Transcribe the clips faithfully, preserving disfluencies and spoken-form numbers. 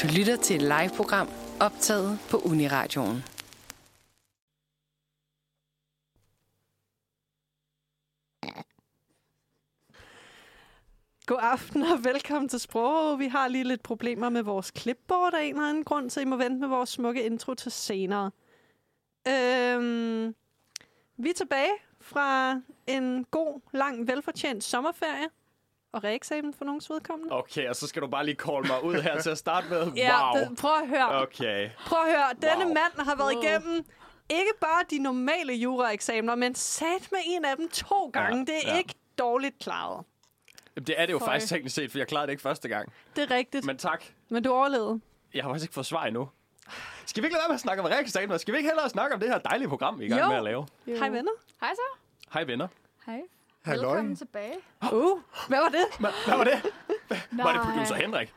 Du lytter til et live-program optaget på Uniradioen. God aften og velkommen til Sprog. Vi har lige lidt problemer med vores clipboard af en eller anden grund, så I må vente med vores smukke intro til senere. Øhm, vi er tilbage fra en god, lang, velfortjent sommerferie og reeksamen for nogens vedkommende. Okay, og så skal du bare lige call mig ud her til at starte med. Wow. Ja, det, prøv at høre. Okay. Prøv at høre. Denne Wow. mand har været Wow. igennem ikke bare de normale juraeksamener, men sat med en af dem to gange. Ja, Det er ja. ikke dårligt klaret. Jamen, det er det jo Føj. faktisk teknisk set, for jeg klarede det ikke første gang. Det er rigtigt. Men, Men tak. men du overlevede. Jeg har faktisk ikke fået svar endnu. Skal vi ikke lade være med at snakke om reeksamen? Skal vi ikke hellere snakke om det her dejlige program, vi er i gang Jo. med at lave? Jo. Hej venner. Hej så. Hej venner. Hej. Halløj. Velkommen tilbage. Uh, hvad var det? Hva- Hvad var det? Var det producer Henrik?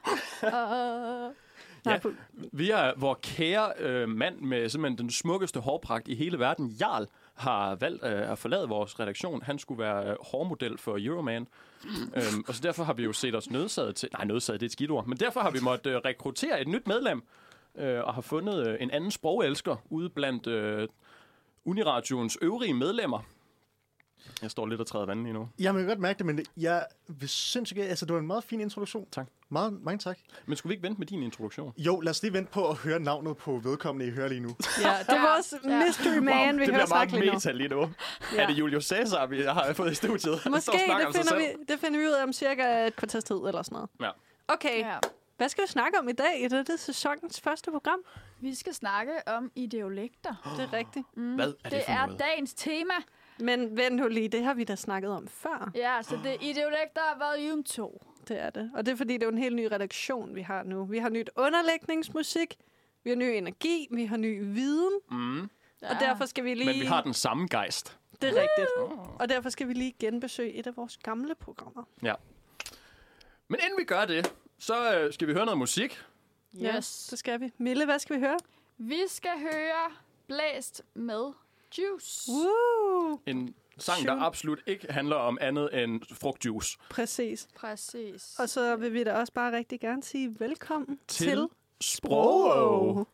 Uh, Ja, vi er vores kære øh, mand med simpelthen den smukkeste hårpragt i hele verden, Jarl, har valgt øh, at forlade vores redaktion. Han skulle være øh, hårmodel for Euroman. øhm, og så derfor har vi jo set os nødsaget til... Nej, nødsaget, det er et skidt ord. Men derfor har vi måttet øh, rekruttere et nyt medlem, øh, og har fundet øh, en anden sprogelsker ude blandt øh, Uniradioens øvrige medlemmer. Jeg står lidt og træder vandet lige nu. Jeg kan godt mærke det, men jeg vil sindssygt... Altså, det var en meget fin introduktion. Tak. Meget, mange tak. Men skulle vi ikke vente med din introduktion? Jo, lad os lige vente på at høre navnet på vedkommende, I hører lige nu. Ja, det er vores Ja. mystery man, vi det hører bliver snakke meget lige nu. meta lige nu. Ja. Er det Julius Caesar, vi har fået i studiet? Han Måske, står og snakker det om sig finder, selv. vi, det finder vi ud af om cirka et kvarters tid eller sådan noget. Ja. Okay, ja. hvad skal vi snakke om i dag? Er det, det sæsonens første program? Vi skal snakke om ideolekter. Det er rigtigt. Mm. Hvad er det det for er noget? dagens tema. Men vent nu lige, det har vi da snakket om før. Ja, så det er ideolekter volume to. Det er det. Og det er fordi, det er jo en helt ny redaktion, vi har nu. Vi har nyt underlægningsmusik, vi har ny energi, vi har ny viden. Mm. Og derfor skal vi lige... Men vi har den samme gejst. Det er rigtigt. Og derfor skal vi lige genbesøge et af vores gamle programmer. Ja. Men inden vi gør det, så øh, skal vi høre noget musik. Yes. Det skal vi. Mille, hvad skal vi høre? Vi skal høre Blæst med Juice. Woo! En sang, der Shoot. absolut ikke handler om andet end frugtjuice. Præcis. Præcis. Og så vil vi da også bare rigtig gerne sige velkommen Til til Sprog.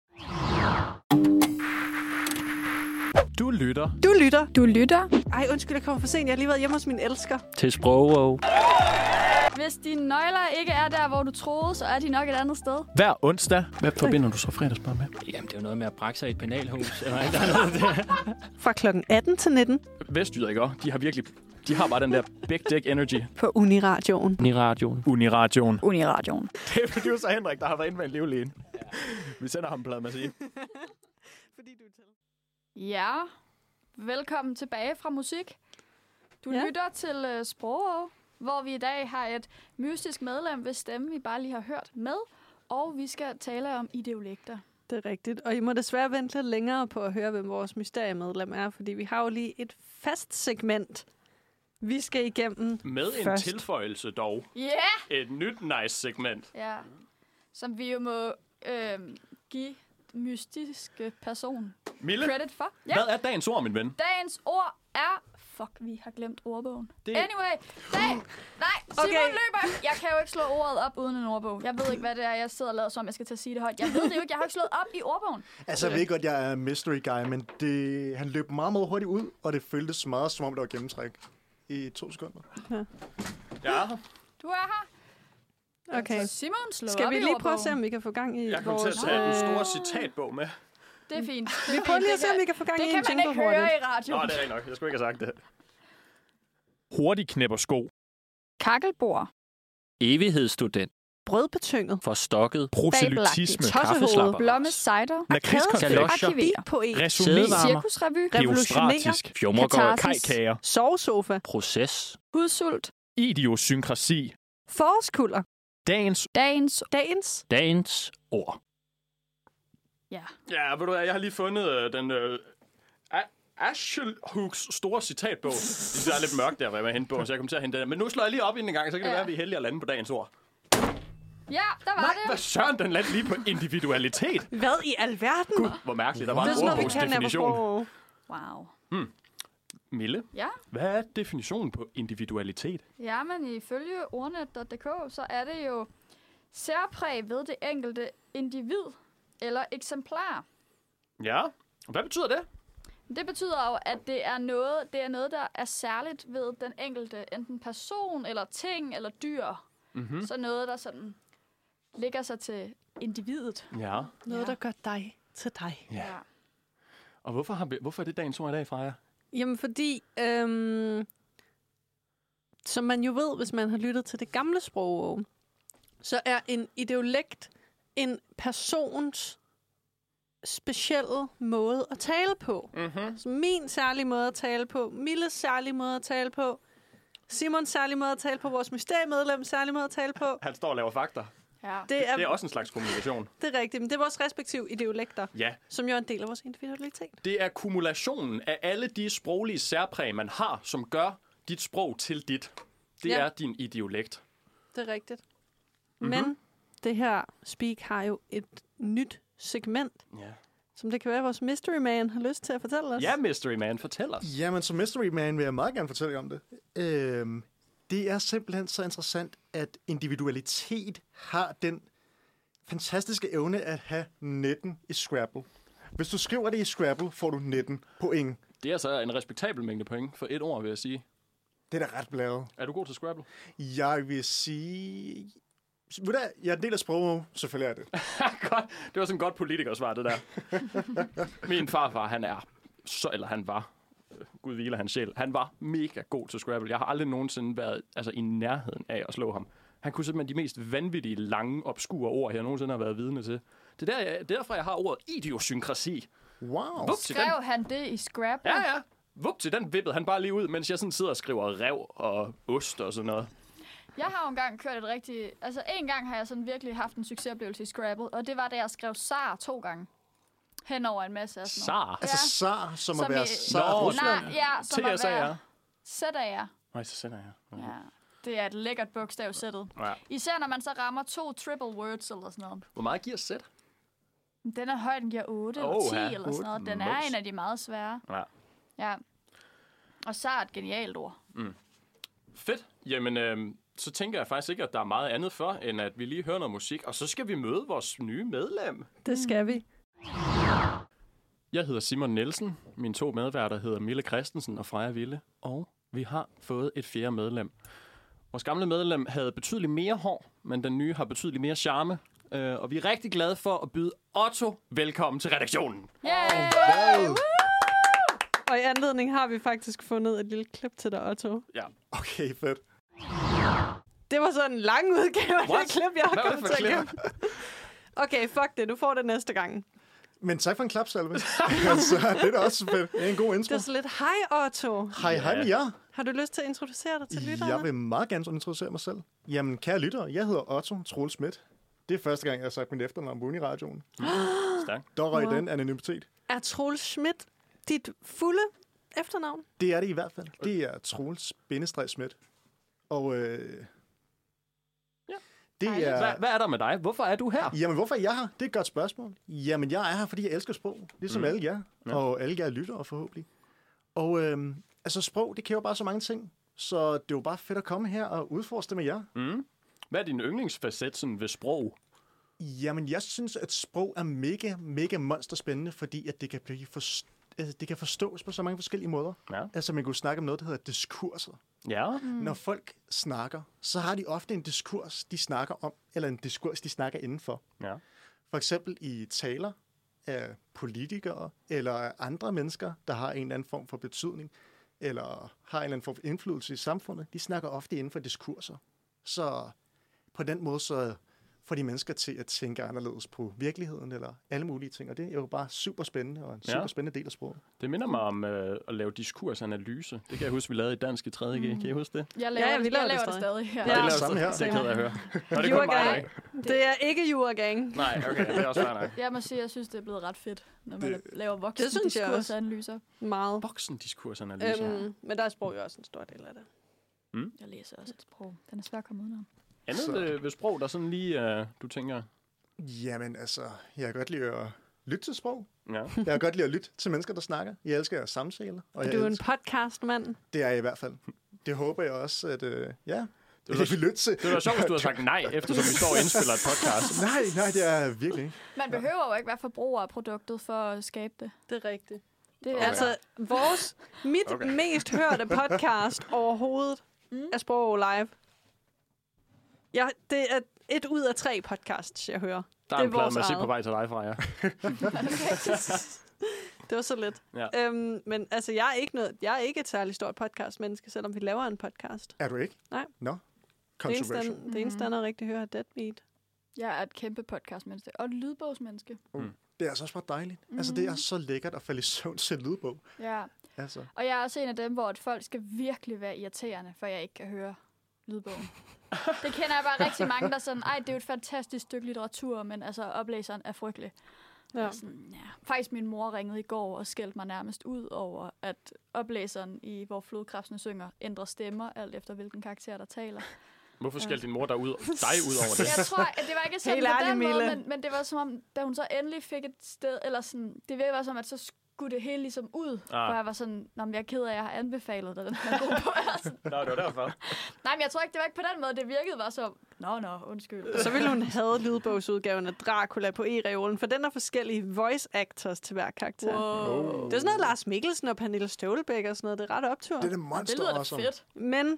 Du lytter Du lytter. Du lytter. Ej, undskyld, jeg kommer for sent. Jeg har lige været hjemme hos min elsker. til Sprog. Hvis dine nøgler ikke er der, hvor du troede, så er de nok et andet sted. hver onsdag. Hvad forbinder du så fredagsbar med? Jamen, det er jo noget med at brække sig i et penalhus. Eller ikke? Der er noget der. Fra klokken atten til nitten Vestjyder, ikke også? De har virkelig... De har bare den der big dick energy. på Uniradioen. I radioen. Uniradioen. Uniradioen. Det er producer Henrik, der har været inde med en livlæge. Vi sender ham en plade med at sige. Fordi du er til. Ja, velkommen tilbage fra musik. Du Ja. ja. lytter til uh, Sprog, hvor vi i dag har et mystisk medlem, hvis stemme vi bare lige har hørt med. Og vi skal tale om ideolekter. Det er rigtigt. Og I må desværre vente lidt længere på at høre, hvem vores mysteriemedlem er, fordi vi har jo lige et fast segment, vi skal igennem. Med en Først. tilføjelse dog. Ja! Yeah! Et nyt nice segment. Ja, som vi jo må øh, give mystiske person Mille, credit for. Ja, hvad er dagens ord, min ven? dagens ord er... Fuck, vi har glemt ordbogen. Det- Anyway, dag... Nej, Simon Okay. løber. Jeg kan jo ikke slå ordet op uden en ordbog. Jeg ved ikke, hvad det er, jeg sidder og lader som, jeg skal til at sige det højt. Jeg ved det jo ikke, jeg har ikke slået op i ordbogen. Altså, jeg ved godt, jeg er mystery guy, men det, han løb meget, meget hurtigt ud, og det føltes meget, som om det var gennemtræk i to sekunder. Ja, Du er her. Okay. Simon slår Skal op vi i lige prøve at ordbogen. se, om vi kan få gang i jeg kom til vores... at tage den store øh, citatbog med. Det er fint. Det Vi er prøver fint. lige Det at se, om kan- vi kan få gang Det i kan en man jingle ikke høre hurtigt. i radioen. Nå, det er rigtig nok. Jeg skulle ikke have sagt det. Hurtig knæpper sko. Kakkelbord. Evighedsstudent. Brødbetynget. Forstokket. Proselytisme. Tossehoved. Kaffeslapper. Blomme cider. Lakridskonfekt. Galoscher. Arkiver. Poet. Resumé. Sædevarmer. Cirkusrevy. Geostratisk. Fjummergård. Katarsis. Kajkager. Sovesofa. Proces. Hudsult. Idiosynkrasi. Forårskulder. Dagens... Dagens. Dagens. Dagens ord. Ja. Ja, ved du hvad, jeg har lige fundet øh, den... Øh, Aschelhooks store citatbog. Det er lidt mørkt der, hvor jeg var hente på, så jeg kom til at hente den. Men nu slår jeg lige op inden en gang, så kan det Ja. være, at vi er heldige at lande på dagens ord. Ja, der var Nej, det. hvad søren, den landte lige på individualitet. Hvad i alverden? Gud, hvor mærkeligt. Der var Det er en sådan noget, vi kan her på ordbogsdefinition. sprog. Wow. Mille, Ja, hvad er definitionen på individualitet? ja, men ifølge ordnet punktum d k, så er det jo Særpræg ved det enkelte individ eller eksemplar. Ja, hvad betyder det? Det betyder jo, at det er noget, det er noget, der er særligt ved den enkelte, enten person, eller ting, eller dyr. Mm-hmm. Så noget, der sådan ligger sig til individet. Ja. Noget, Ja. der gør dig til dig. ja. Og hvorfor, har vi, hvorfor er det dagens ord i dag, Freja? Jamen, fordi, øhm, som man jo ved, hvis man har lyttet til det gamle sprog, så er en ideolekt en persons specielle måde at tale på. Mm-hmm. Så min særlige måde at tale på, Milles særlige måde at tale på, Simons særlige måde at tale på, vores mysteriemedlem særlige måde at tale på. Han står og laver fakta. Ja. Det er, Det er også en slags kommunikation. det er rigtigt, men det er vores respektive ideolekter, Ja. som jo er en del af vores individualitet. Det er kumulationen af alle de sproglige særpræg, man har, som gør dit sprog til dit. Det Ja. er din idiolekt. Det er rigtigt. Mhm. Men det her speak har jo et nyt segment, Ja. som det kan være, at vores mystery man har lyst til at fortælle os. Ja, Mystery Man, fortæl os. Jamen, som Mystery Man vil jeg meget gerne fortælle jer om det. Øhm, det er simpelthen så interessant, at individualitet har den fantastiske evne at have nitten i Scrabble. Hvis du skriver det i Scrabble, får du nitten point. Det er altså en respektabel mængde point for et ord, vil jeg sige. Det er da ret bladet. Er du god til Scrabble? Jeg vil sige... Ved du hvad? Jeg er en del af sproget, selvfølgelig er det. Godt. Det var sådan et godt politikersvar, det der. Min farfar, han er, så, eller han var, øh, Gud hviler hans sjæl, han var mega god til Scrabble. Jeg har aldrig nogensinde været altså, i nærheden af at slå ham. Han kunne simpelthen de mest vanvittige, lange, obskure ord, jeg nogensinde har været vidne til. Det er der, jeg, derfor, jeg har ordet idiosynkrasi. Wow. Vup til den. Skrev han det i Scrabble? Ja, ja. Vup til den vippede han bare lige ud, mens jeg sådan sidder og skriver rev og ost og sådan noget. Jeg har jo engang kørt et rigtigt... Altså, en gang har jeg sådan virkelig haft en succesoplevelse i Scrabble, og det var, da jeg skrev SAR to gange. Hen over en masse af sådan noget. Sar. Altså SAR, som, Som at være i- SAR Nå, Rusland. Nej, ja, som at T S A R. være... Z-A-R. Nej, så sender jeg. Ja. Det er et lækkert bogstav, sættet. Ja. Især når man så rammer to triple words eller sådan noget. Hvor meget giver sæt? Den er høj, den giver otte Oh, eller ti ja. eller sådan noget. Den er Mums. en af de meget svære. Ja. Ja. Og så er et genialt ord. Fedt. Jamen, øh, så tænker jeg faktisk ikke, at der er meget andet for, end at vi lige hører noget musik, og så skal vi møde vores nye medlem. Det skal vi. Jeg hedder Simon Nielsen. Mine to medværter hedder Mille Christensen og Freja Ville. Og vi har fået et fjerde medlem. Vores gamle medlem havde betydeligt mere hår, men den nye har betydeligt mere charme. Øh, og vi er rigtig glade for at byde Otto velkommen til redaktionen. Yay! Wow. Og i anledning har vi faktisk fundet et lille klip til dig, Otto. Ja. Okay, fedt. Det var sådan en lang udgave af What? det klip, jeg har Hvad var det kommet for til at klip? gemme. Okay, fuck det. Du får det næste gang. Men tak for en klapsalve. Altså, det er da også fedt. Det er en god Det intro. er så lidt, hej Otto. Hej, hej med jer. Har du lyst til at introducere dig til lytterne? Jeg vil meget gerne introducere mig selv. Jamen, kære lyttere, jeg hedder Otto Troels Schmidt. Det er første gang, jeg har sagt mit efternavn på Uniradioen. Stærkt. Der røg Wow. den anonymitet. Er Troels Schmidt dit fulde efternavn? Det er det i hvert fald. Det er Troels-Schmidt. Og øh, Ja. det Dejligt. er... Hvad, hvad er der med dig? Hvorfor er du her? Jamen, hvorfor er jeg her? Det er et godt spørgsmål. Jamen, jeg er her, fordi jeg elsker sprog. Ligesom Mm. mm. alle jer. Ja. Ja. Og alle jer lyttere forhåbentlig. Og øh, altså, sprog, det kan jo bare så mange ting. Så det er jo bare fedt at komme her og udforske det med jer. Mm. Hvad er din yndlingsfacet sådan ved sprog? Jamen, jeg synes, at sprog er mega, mega monsterspændende, fordi at det kan blive forst- altså, det kan forstås på så mange forskellige måder. Ja. Altså, man kunne snakke om noget, der hedder diskurser. Ja. Mm. Når folk snakker, så har de ofte en diskurs, de snakker om, eller en diskurs, de snakker indenfor. Ja. For eksempel i taler af politikere, eller af andre mennesker, der har en eller anden form for betydning, eller har en eller anden form for indflydelse i samfundet. De snakker ofte inden for diskurser. Så på den måde, så får de mennesker til at tænke anderledes på virkeligheden, eller alle mulige ting. Og det er jo bare super spændende, og en Ja. super spændende del af sproget. Det minder mig om øh, at lave diskursanalyse. Det kan jeg huske, vi lavede i dansk i tredje G. Kan I huske det? Jeg laver, Ja, ja, vi det, laver jeg det laver det stadig. stadig. Ja. Ja. det det laver samme her. Det er jeg ked af at høre. Og det kun mig, Juragang. ikke? Det er ikke Juragang. Nej, okay, det er også fair nok. Jeg må sige, jeg synes, det er blevet ret fedt, når man Det- laver Det voksne synes jeg også. diskursanalyser. Meget. Voksendiskursanalyse. Øhm, men der er sprog jo også en stor del af det. Jeg læser også et sprog. Den er svær at komme udenom. Andet Så- ved, ved sprog, der sådan lige, uh, du tænker... Jamen altså, jeg kan godt lide at lytte til sprog. Ja. Jeg kan godt lide at lytte til mennesker, der snakker. Jeg elsker samtaler. Og Og jeg du er en elsker, podcast-mand. det er jeg i hvert fald. Det håber jeg også, at... Øh, ja, Det var, Vi nødt til. det var sjovt, hvis du havde sagt nej, eftersom vi står og indspiller et podcast. Nej, nej, det er virkelig ikke. Man behøver jo ikke være forbruger af produktet for at skabe det. Det er rigtigt. Det er Okay. Altså, vores, mit Okay. okay. mest hørte podcast overhovedet Mm. er Sprog Live. Ja, det er et ud af tre podcasts, jeg hører. Der er Det er en plade vores musik eget. på vej til dig fra jer. Det var så lidt. Ja. Øhm, men altså, jeg er, ikke noget, jeg er ikke et særligt stort podcastmenneske, selvom vi laver en podcast. Er du ikke? Nej. Nå. Det eneste, Controversial. det eneste, der er rigtig hører, er Deadbeat. Jeg er et kæmpe podcastmenneske og et lydbogsmenneske. Det er altså også bare dejligt. Mm. Altså, det er så lækkert at falde i søvn til en lydbog. Ja. Altså. Og jeg er også en af dem, hvor at folk skal virkelig være irriterende, for jeg ikke kan høre lydbogen. Det kender jeg bare rigtig mange, der er sådan, ej, det er jo et fantastisk stykke litteratur, men altså, oplæseren er frygtelig. Ja. Sådan, ja. Faktisk min mor ringede i går og skældte mig nærmest ud over, at oplæseren i Hvor flodkrebsene synger ændrer stemmer, alt efter hvilken karakter, der taler. Hvorfor skal din mor der ud, dig ud over det? Jeg tror, at det var ikke sådan Helt på ærlig, den måde, Mille. men, men det var som om, da hun så endelig fik et sted, eller sådan, det virkede som, at så skulle det hele ligesom ud, Ah. for jeg var sådan, nå, men jeg er ked af, at jeg har anbefalet dig, den er god på. Eller sådan. Nå, det var derfor. Nej, men jeg tror ikke, det var ikke på den måde, det virkede bare så, nå, nå, undskyld. Så ville hun have lydbogsudgaven af Dracula på e-reolen, for den er forskellige voice actors til hver karakter. Wow. Det er sådan noget Lars Mikkelsen og Pernille Støvlebæk og sådan noget. Det er ret optur. Det er det Det monster lyder da også. fedt. Men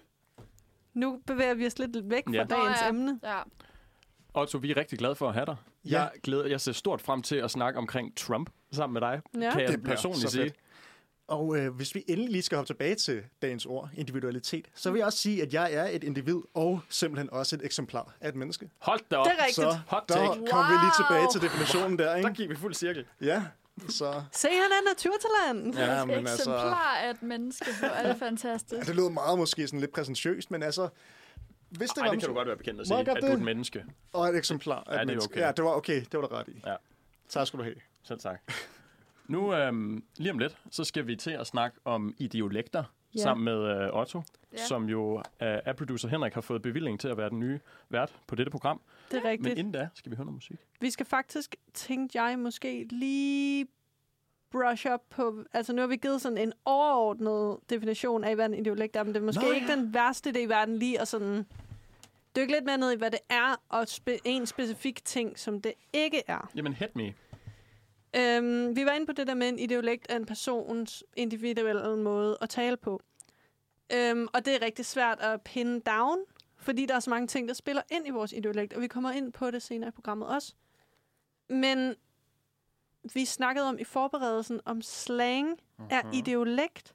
nu bevæger vi os lidt væk fra Ja. dagens Nå, ja. emne. Ja. Otto, vi er rigtig glade for at have dig. Ja. Jeg, glæder, jeg ser stort frem til at snakke omkring Trump sammen med dig. Ja. Kan jeg Det bliver personligt så sige. fedt. Og øh, hvis vi endelig lige skal hoppe tilbage til dagens ord, individualitet, så vil jeg også sige, at jeg er et individ og simpelthen også et eksemplar af et menneske. Hold da op. Det er rigtigt. Så Hot der take. kom vi lige Wow. tilbage til definitionen der, Der ikke? gik vi fuld cirkel. Ja, så... Se, han er naturtalent. Ja, Et men altså... eksemplar af et menneske, hvor er det fantastisk. Ja, det lød meget måske sådan lidt præsentøst, men altså... Hvis det Nej, var det kan du godt være bekendt at Må sige, jeg godt at du er et det? menneske. Og et eksemplar af Ja, et det er menneske. okay. Ja, det var okay. Det var der ret i. Ja. Tak skal du have. Selv tak. Nu, øhm, lige om lidt, så skal vi til at snakke om idiolekter Ja. sammen med øh, Otto, Ja. som jo øh, af producer Henrik har fået bevilling til at være den nye vært på dette program. Det er Men rigtigt. inden da skal vi høre noget musik. Vi skal faktisk, tænkte jeg, måske lige brush up på... Altså, nu har vi givet sådan en overordnet definition af, hvad en idiolekt er, men det er måske Nå, ikke ja. den værste idé i verden lige at sådan dykke lidt mere ned i, hvad det er, og spe- en specifik ting, som det ikke er. Jamen, hit me. Øhm, vi var inde på det der med en idiolekt af en persons individuelle måde at tale på. Øhm, og det er rigtig svært at pinde down, fordi der er så mange ting, der spiller ind i vores idiolekt, og vi kommer ind på det senere i programmet også. Men vi snakkede om i forberedelsen, om slang Mhm. er idiolekt,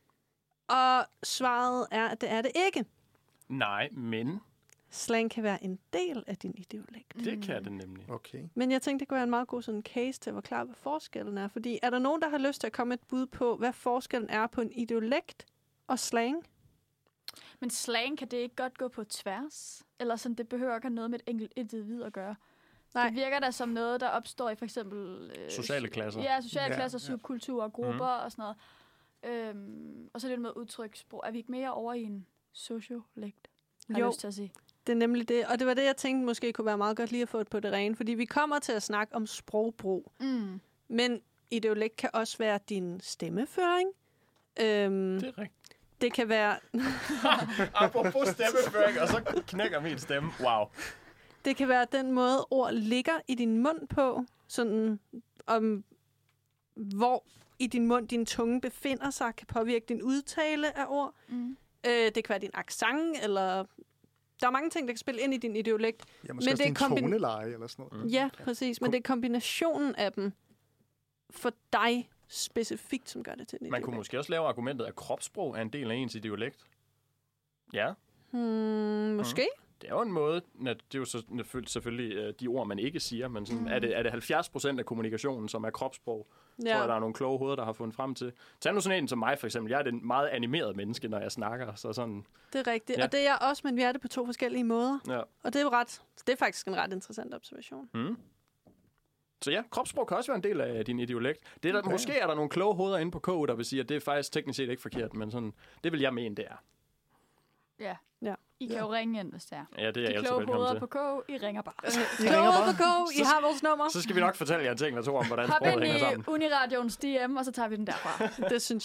og svaret er, at det er det ikke. Nej, men Slang kan være en del af din idiolekt. det kan det nemlig. Okay. Men jeg tænkte, det kunne være en meget god sådan case til at forklare, hvad forskellen er. Fordi er der nogen, der har lyst til at komme med et bud på, hvad forskellen er på en idiolekt og slang? Men slang, kan det ikke godt gå på tværs? Eller sådan, det behøver ikke have noget med et enkelt individ at gøre. Nej. Det virker da som noget, der opstår i for eksempel... Øh, Sociale klasser. Ja, sociale Ja, klasser, ja. subkulturer, grupper og sådan noget. Øhm, og så det med udtrykssprog. Er vi ikke mere over i en sociolekt? Har jeg Jo. lyst til at sige. Det er nemlig det. Og det var det, jeg tænkte måske kunne være meget godt lige at få det på det rene. Fordi vi kommer til at snakke om sprogbrug. Mm. Men idiolekt kan også være din stemmeføring. Øhm, Det er rigtigt. det kan være... Apropos stemmeføring, og så knækker min stemme. Wow. Det kan være den måde, ord ligger i din mund på, sådan om hvor i din mund din tunge befinder sig, kan påvirke din udtale af ord. Mm. Øh, det kan være din accent, eller... Der er mange ting, der kan spille ind i din idiolekt. Ja, måske Men også det er din kombin- toneleje eller sådan noget. Mm. Ja, præcis. Men det er kombinationen af dem for dig specifikt, som gør det til en Man idiolekt. kunne måske også lave argumentet, at kropssprog er en del af ens idiolekt. Ja, Hmm, måske. det er jo en måde, at det er jo så selvfølgelig øh, de ord, man ikke siger, men sådan, Mm. er, det, er det halvfjerds procent af kommunikationen, som er kropssprog? Ja. Ja. Tror jeg, der er nogle kloge hoveder, der har fundet frem til. Tag nu sådan en som mig, for eksempel. Jeg er et meget animeret menneske, når jeg snakker, så sådan... Det er rigtigt. Ja. Og det er jeg også, men vi er det på to forskellige måder. Ja. Og det er jo ret... Det er faktisk en ret interessant observation. Mm. Så ja, kropssprog kan også være en del af din idiolekt. Det er der, Okay. måske er der nogle kloge hoveder inde på K U, der vil sige, at det er faktisk teknisk set ikke forkert, men sådan, det vil jeg mene, det er. Ja. Ja. I kan jo ringe ind, hvis det er. Ja, det er jeg De altid kloge velkommen hoveder til. på K, I ringer bare. I ringer bare. Kloge på K, I har vores nummer. Så skal vi nok fortælle jer en ting eller to om, hvordan Hop sproget ind hænger i sammen. Uniradions D M, og så tager vi den derfra. Det synes jeg også.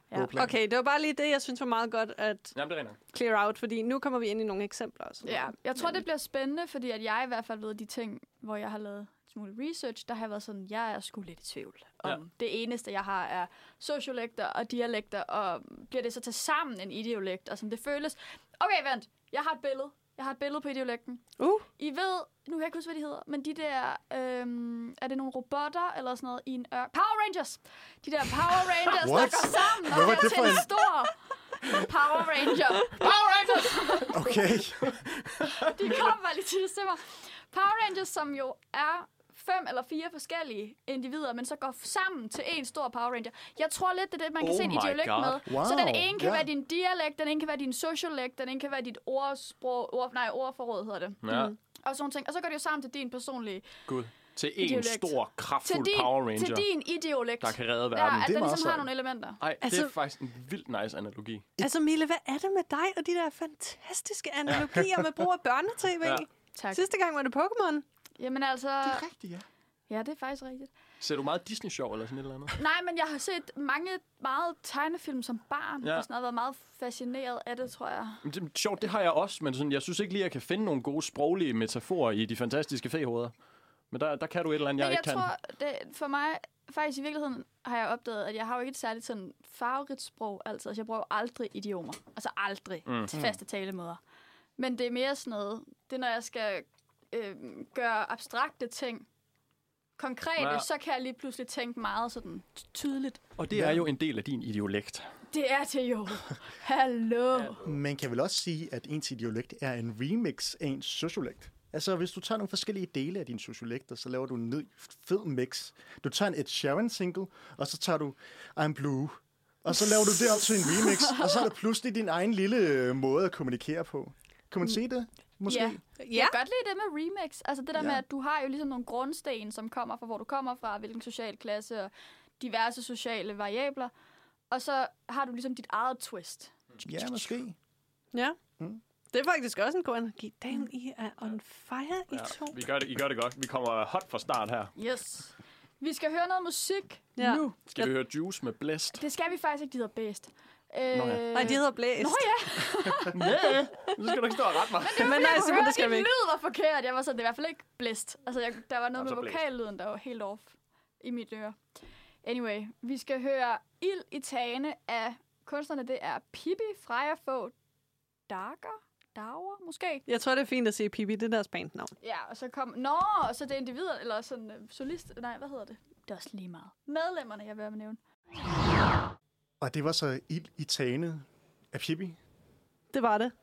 Ja. God plan. Okay, det var bare lige det, jeg synes var meget godt at Jamen, det er rent. clear out, fordi nu kommer vi ind i nogle eksempler også. Ja, jeg tror, det bliver spændende, fordi at jeg i hvert fald ved de ting, hvor jeg har lavet en smule research, der har været sådan, jeg er sgu lidt i tvivl om. Ja. Det eneste, jeg har, er sociolekter og dialekter, og bliver det så til sammen en idiolekt, og sådan det føles. Okay, vent, jeg har et billede. Jeg har et billede på idiolekten. Uh. I ved, nu kan jeg ikke huske, hvad de hedder, men de der, øhm, er det nogle robotter eller sådan noget i en ør... Power Rangers! De der Power Rangers, der What? går sammen og Hvad var bliver det til for en en- stor Power Ranger. Power Rangers! Okay. De kom bare lige til det stemmer. Power Rangers, som jo er fem eller fire forskellige individer, men så går sammen til en stor Power Ranger. Jeg tror lidt, det er det, man kan Oh se en my idiolekt God. med. Wow, Så den ene kan ja. være din dialekt, den ene kan være din sociolekt, den ene kan være dit ordsprog, ord, nej, ordforråd hedder det. Ja, Og sådan ting. Og så går det jo sammen til din personlige... gud. Til en Idiolekt. stor, Til kraftfuld din, Power Ranger, til din idiolekt. der kan redde Ja, verden. at Det er den meget ligesom har sejt. nogle elementer. Ej, det Altså- er faktisk en vildt nice analogi. Altså, Mille, hvad er det med dig og de der fantastiske analogier med brug af børnetv? Ja. Tak. Sidste gang var det Pokémon. Jamen altså... Det er rigtigt, ja. Ja, det er faktisk rigtigt. Ser du meget Disney-show eller sådan et eller andet? Nej, men jeg har set mange meget tegnefilm som barn, Ja. og sådan noget, været meget fascineret af det, tror jeg. Men det, er sjovt, det har jeg også, men sådan, jeg synes ikke lige, jeg kan finde nogle gode sproglige metaforer i de fantastiske fehoveder. Men der, der kan du et eller andet, jeg, Men jeg ikke tror, kan. det, for mig, faktisk i virkeligheden, har jeg opdaget, at jeg har jo ikke et særligt sådan farverigt sprog altid. Altså, jeg bruger jo aldrig idiomer. Altså aldrig Mm. til faste talemåder. Men det er mere sådan noget, det er, når jeg skal øh, gøre abstrakte ting konkrete, Ja. så kan jeg lige pludselig tænke meget sådan tydeligt. Og det er jo en del af din idiolekt. Det er til jo. Hallo. Ja. Man kan vel også sige, at ens idiolekt er en remix af ens sociolekt. Altså, hvis du tager nogle forskellige dele af din sociolekt, og så laver du en ny fed mix. Du tager en Ed Sheeran single, og så tager du I'm Blue. Og så laver du det op til en remix, og så er det pludselig din egen lille øh, måde at kommunikere på. Kan man se det? Måske? Ja. Ja. Jeg kan godt lide det med remix. Altså det der Ja. med, at du har jo ligesom nogle grundsten, som kommer fra, hvor du kommer fra, hvilken social klasse og diverse sociale variabler. Og så har du ligesom dit eget twist. Ja, måske. Ja. Mm. Det er faktisk også en god energi. Damn, I er on fire, I Ja, to. vi gør det, I gør det godt. Vi kommer hot fra start her. Yes. Vi skal høre noget musik Ja. nu. Skal vi høre Juice med Blæst? Det skal vi faktisk ikke, de hedder Best. Øh, ja. Nej, de hedder Blæst. Nå ja, Nej, nu skal du ikke stå og rette mig. Men nej, jeg Simon, hørte, det skal vi din ikke. lyd var forkert. Jeg var sådan, det er i hvert fald ikke blæst. Altså, jeg, der var noget Nå, med så blæst. vokallyden, der var helt off i mit øre. Anyway, vi skal høre Ild i tagene af kunstnerne. Det er Pippi, Freja Fogh, Dager, Dager, måske. Jeg tror, det er fint at sige Pippi. Det er deres bandnavn. Ja, og så kom... Nå, så det er individer, eller sådan uh, solist... Nej, hvad hedder det? Det er også lige meget. Medlemmerne, jeg vil have med nævne. Og det var så ild i tagene af Pippi. Det var det.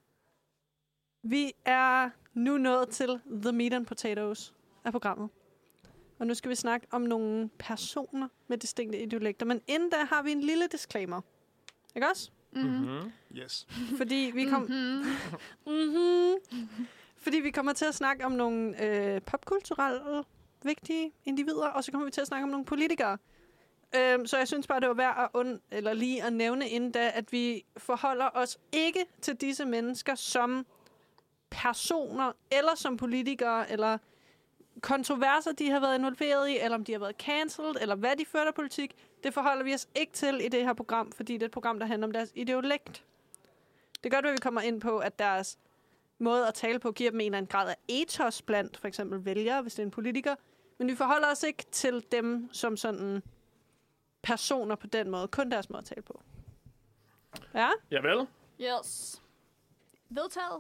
Vi er nu nået til The Meat and Potatoes af programmet. Og nu skal vi snakke om nogle personer med distinkte idiolekter. Men inden da har vi en lille disclaimer. Ikke også? Mm-hmm. Yes. Fordi vi kom... Mm-hmm. Mm-hmm. Fordi vi kommer til at snakke om nogle øh, popkulturelle vigtige individer, og så kommer vi til at snakke om nogle politikere. Øhm, så jeg synes bare, det var værd at, und- eller lige at nævne inden da, at vi forholder os ikke til disse mennesker som personer, eller som politikere, eller kontroverser, de har været involveret i, eller om de har været cancelled, eller hvad de fører af politik. Det forholder vi os ikke til i det her program, fordi det er et program, der handler om deres idiolekt. Det gør, at vi kommer ind på, at deres måde at tale på giver dem en eller anden grad af ethos blandt for eksempel vælgere, hvis det er en politiker. Men vi forholder os ikke til dem som sådan personer på den måde. Kun deres måde at tale på. Ja? Javel. Yes. Vedtaget.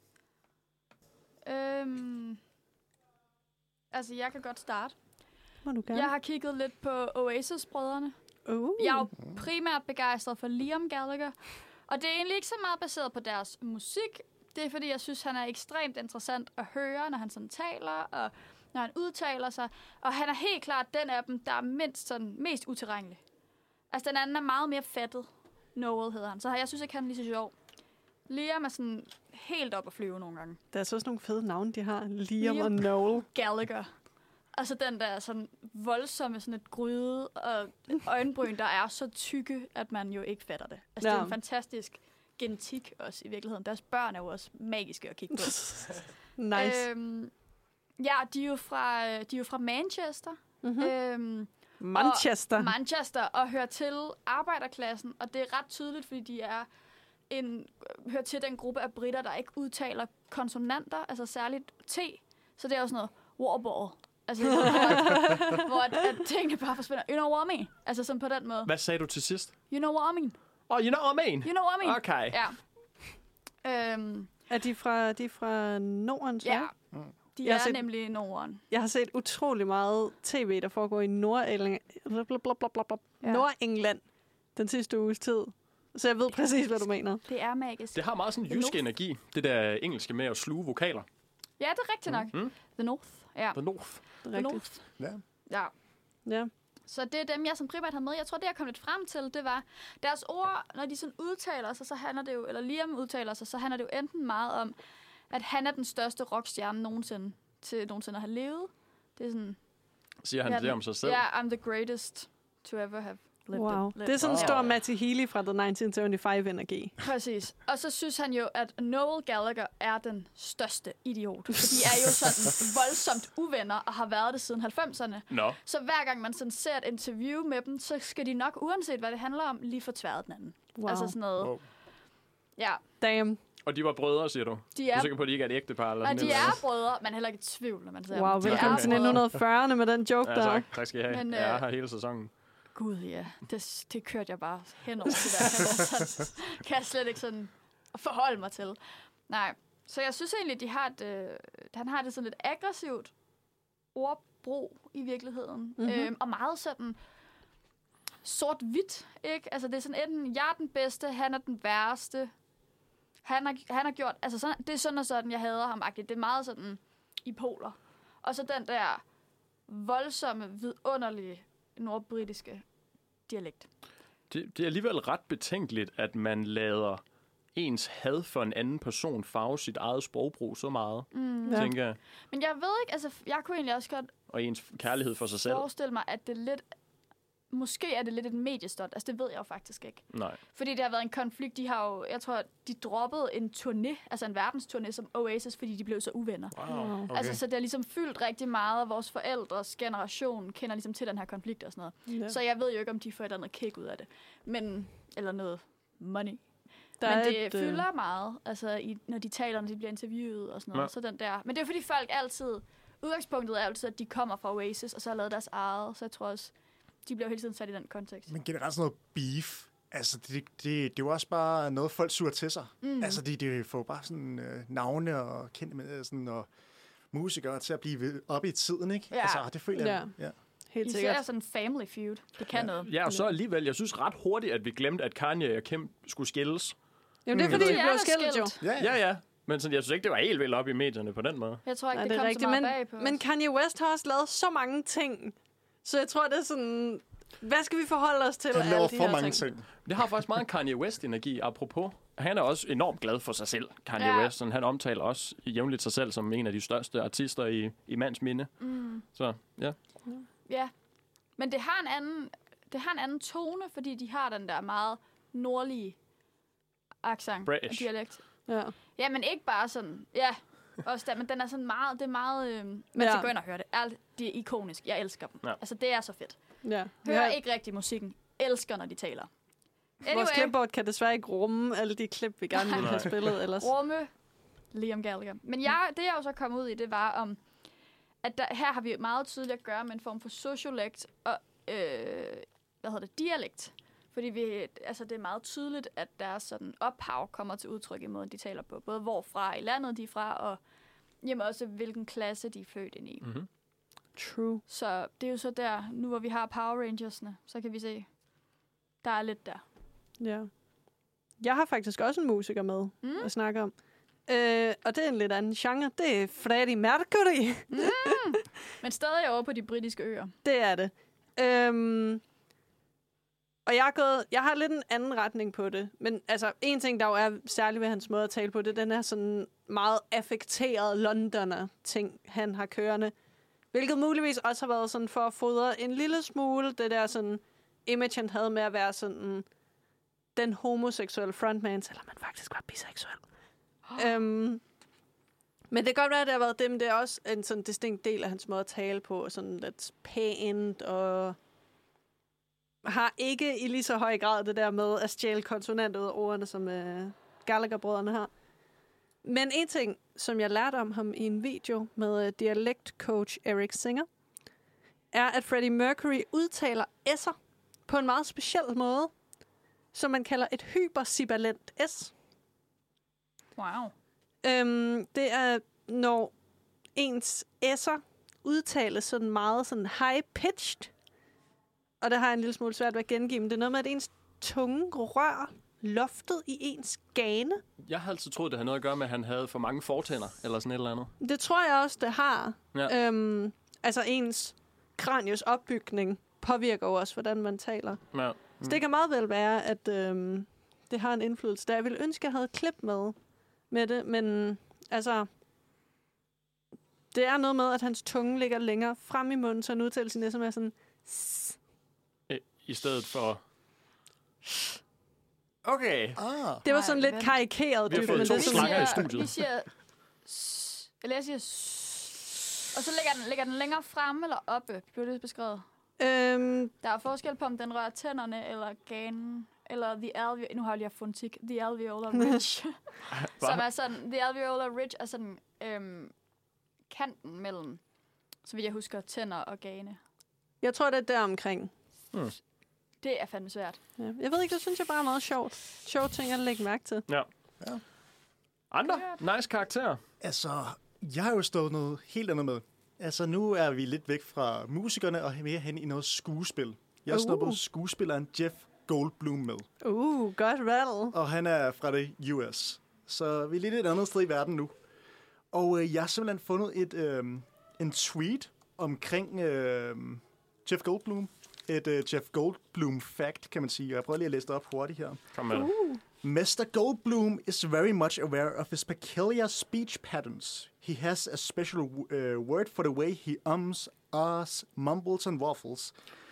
Øhm, altså, jeg kan godt starte. Må du gerne. Jeg har kigget lidt på Oasis-brødrene. Uh. Jeg er jo primært begejstret for Liam Gallagher. Og det er egentlig ikke så meget baseret på deres musik. Det er, fordi jeg synes, han er ekstremt interessant at høre, når han sådan taler, og når han udtaler sig. Og han er helt klart den af dem, der er mindst sådan, mest utilregnelig. Altså, den anden er meget mere fattet. Noel hedder han. Så jeg synes ikke, han er lige så sjov. Liam er sådan helt op at flyve nogle gange. Der er så også nogle fede navne, de har. Liam, Liam. og Noel. Gallagher. Altså den der sådan voldsomme sådan et gryde og øjenbryn, der er så tykke, at man jo ikke fatter det. Altså ja. Det er Ja. en fantastisk genetik også i virkeligheden. Deres børn er jo også magiske at kigge på. Nice. Øhm, ja, de er jo fra, de er jo fra Manchester. Mm-hmm. Øhm, Manchester. Og Manchester og hører til arbejderklassen, og det er ret tydeligt, fordi de er en, hører til den gruppe af britter, der ikke udtaler konsonanter, altså særligt T. Så det er også noget Warburg. Altså, hvor, hvor at, at tingene bare forsvinder. You know what I mean? Altså sådan på den måde. Hvad sagde du til sidst? You know what I mean? Oh, you know what I mean? You know what I mean? Okay. Ja. Øhm, Er de fra, de er fra Norden, så? ja. De Jeg har er set- nemlig i Norden. Jeg har set utrolig meget tv, der foregår i Nordengland, Ja. Nordengland den sidste uges tid. Så jeg ved præcis, hvad du mener. Det er magisk. Det har meget sådan The jysk North. energi, det der engelske med at sluge vokaler. Ja, det er rigtigt nok. Mm. The North. Ja. The North. Det The er North. rigtigt. Ja. Ja. Ja. Så det er dem, jeg som primært har med. Jeg tror, det jeg kom lidt frem til, det var deres ord, når de sådan udtaler sig, så handler det jo, eller Liam udtaler sig, så handler det jo enten meget om, at han er den største rockstjerne nogensinde, til nogensinde at have levet. Det er sådan... Siger han ja, det om sig selv? Ja, yeah, I'm the greatest to ever have lived Wow. it. Det er sådan en Wow. stor Matty Healy fra The nitten seventy-five-energi. Præcis. Og så synes han jo, at Noel Gallagher er den største idiot. For de er jo sådan voldsomt uvenner og har været det siden halvfemserne. Nå. Så hver gang man sådan ser et interview med dem, så skal de nok, uanset hvad det handler om, lige få tværet den anden. Wow. Altså sådan noget. Wow. Ja, Damn. Og de var brødre, siger du? de Du er er, sikker på, at de ikke er et ægtepar? Eller nej, sådan de et eller er brødre, man er heller ikke i tvivl, når man ser Wow, dem. De velkommen er til brødre. nitten fyrrerne med den joke andet? Ja, der. tak. Tak skal I have. Men, Jeg er øh, her hele sæsonen. Gud, ja. Det, det kørte jeg bare henover til der. Kan, sådan, kan jeg slet ikke sådan forholde mig til. Nej. Så jeg synes egentlig, de har et, øh, han har det sådan lidt aggressivt ordbrug i virkeligheden. Mhm. Øhm, og meget sådan sort-hvidt, ikke? Altså, det er sådan enten, jeg er den bedste, han er den værste. Han har, han har gjort... Altså, sådan, det er sådan og sådan, jeg hader ham. Det er meget sådan i poler. Og så den der voldsomme, vidunderlige nordbritiske dialekt. Det, det er alligevel ret betænkeligt, at man lader ens had for en anden person farve sit eget sprogbrug så meget, Mm. Ja. ja. tænker jeg. Men jeg ved ikke, altså, jeg kunne egentlig også godt Og ens kærlighed for sig selv. forestille mig, at det lidt... Måske er det lidt et mediestot. Altså, det ved jeg jo faktisk ikke. Nej. Fordi det har været en konflikt. De har jo, jeg tror, de droppede en turné, altså en verdensturné som Oasis, fordi de blev så uvenner. Wow. Okay. Altså, så det har ligesom fyldt rigtig meget af vores forældres generation, kender ligesom til den her konflikt og sådan noget. Ja. Så jeg ved jo ikke, om de får et eller andet kick ud af det. Men, eller noget money. Der Men er det et, øh, fylder meget, altså, i, når de taler, når de bliver interviewet og sådan noget. Ja. Så den der. Men det er fordi folk altid, udgangspunktet er altid, at de kommer fra Oasis, og så har lavet deres eget. Så jeg tror også, de bliver hele tiden sat i den kontekst. Men generelt sådan noget beef, altså det, det, det er jo også bare noget, folk suger til sig. Mm. Altså det, det får bare sådan øh, navne og kendte med sådan, og musikere til at blive ved- oppe i tiden, ikke? Ja. Altså det føler jeg. Ja. Helt Især sikkert. sådan en family feud. Det kan Ja. noget. Ja, og så alligevel, jeg synes ret hurtigt, at vi glemte, at Kanye og Kim skulle skilles. Jamen, det er Mm. fordi, De vi er blev da skilt jo. skilt. Ja, Ja, ja. Men sådan, jeg synes ikke, det var helt vildt op i medierne på den måde. Jeg tror ikke, Nej, det, det er kom rigtigt. så meget Men, bag på men os. Kanye West har også lavet så mange ting. Så jeg tror, det er sådan... Hvad skal vi forholde os til? han af laver alle de for her mange ting? ting. Det har faktisk meget Kanye West-energi, apropos. Han er også enormt glad for sig selv, Kanye Ja. West. Sådan, han omtaler også jævnligt sig selv som en af de største artister i, i mands minde. Mm. Så ja. Ja. Men det har en anden, det har en anden tone, fordi de har den der meget nordlige accent og British. dialekt. Ja. Ja, men ikke bare sådan, ja, også der, men den er sådan meget, det er meget, øh, man Ja. skal gå ind og høre det. Alt, det er ikonisk. Jeg elsker dem. Ja. Altså, det er så fedt. Ja. Vi Hører har, ikke rigtig musikken. Elsker, når de taler. vores Anyway, clipboard kan desværre ikke rumme alle de klip, vi gerne ville have spillet ellers. rumme Liam Gallagher. Men jeg, det jeg jo så kom ud i, det var om, at der, her har vi meget tydeligt at gøre med en form for sociolekt og, øh, hvad hedder det, dialekt. Fordi vi, altså det er meget tydeligt, at deres sådan ophav kommer til udtryk i måden, de taler på. Både hvorfra i landet de er fra, og jamen også hvilken klasse de er født ind i. Mm-hmm. True. Så det er jo så der, nu hvor vi har Power Rangersne, så kan vi se, der er lidt der. Ja. Jeg har faktisk også en musiker med Mm. at snakke om. Øh, og det er en lidt anden genre. Det er Freddie Mercury. Men stadig over på de britiske øer. Det er det. Øhm, og jeg, er gået, jeg har lidt en anden retning på det. Men altså, en ting, der jo er særligt ved hans måde at tale på, det er den her sådan meget affekteret Londoner-ting, han har kørende. Hvilket muligvis også har været sådan for at fodre en lille smule det der sådan image, han havde med at være sådan den homoseksuelle frontman, selvom man faktisk var biseksuel. Oh. Øhm, men det kan godt være, at det har været det, men det er også en sådan distinkt del af hans måde at tale på, sådan lidt pænt og har ikke i lige så høj grad det der med at stjæle konsonanter ud af ordene, som øh, Gallagher-brødrene har. Men en ting, som jeg lærte om ham i en video med øh, dialektcoach Eric Singer, er, at Freddie Mercury udtaler s'er på en meget speciel måde, som man kalder et hypersibilant S. Wow. Øhm, det er, når ens s'er udtales sådan meget sådan high-pitched, og det har jeg en lille smule svært ved at gengive, men det er noget med, at ens tunge rør loftet i ens gane. Jeg har altid troet, det havde noget at gøre med, at han havde for mange fortænder, eller sådan et eller andet. Det tror jeg også, det har. Ja. Øhm, altså ens kranius opbygning påvirker jo også, hvordan man taler. Ja. Mm. Så det kan meget vel være, at øhm, det har en indflydelse. Der jeg ville ønske, at jeg havde et klip med, med det, men altså, det er noget med, at hans tunge ligger længere frem i munden, så en udtalelse det, som er sådan... I stedet for... Okay. Ah. Det var Nej, sådan lidt vent. karikeret. Vi har dybt, fået men to det er sådan- slanger i Vi studiet. siger... s- Eller jeg siger... s- Og så ligger den, ligger den længere fremme eller oppe, blev det beskrevet. Øhm, Der er forskel på, om den rører tænderne eller ganen, eller the alveolar... Nu har jeg lige haft fonetik. The alveolar ridge. Som er sådan... The alveolar ridge er sådan... Øhm, kanten mellem, så vidt jeg husker, tænder og gane. jeg tror, det er der omkring. Hmm. Det er fandme svært. Ja. Jeg ved ikke, det synes jeg bare er meget sjovt. Sjovt ting at lægge mærke til. Ja. Ja. Andre nice karakterer. Altså, jeg har jo stået noget helt andet med. Altså, nu er vi lidt væk fra musikerne og mere hen i noget skuespil. Jeg har Uh. snuppet skuespilleren Jeff Goldblum med. Uh, godt valg. Og han er fra det U S. Så vi er lidt et andet sted i verden nu. Og øh, jeg har simpelthen fundet et, øh, en tweet omkring øh, Jeff Goldblum. Et øh, Jeff Goldblum fact, kan man sige. Jeg prøver lige at læse det op hurtigt her. Kom med det. Uh. mister Goldblum is very much aware of his peculiar speech patterns. He has a special uh, word for the way he ums, ahs, mumbles and waffles.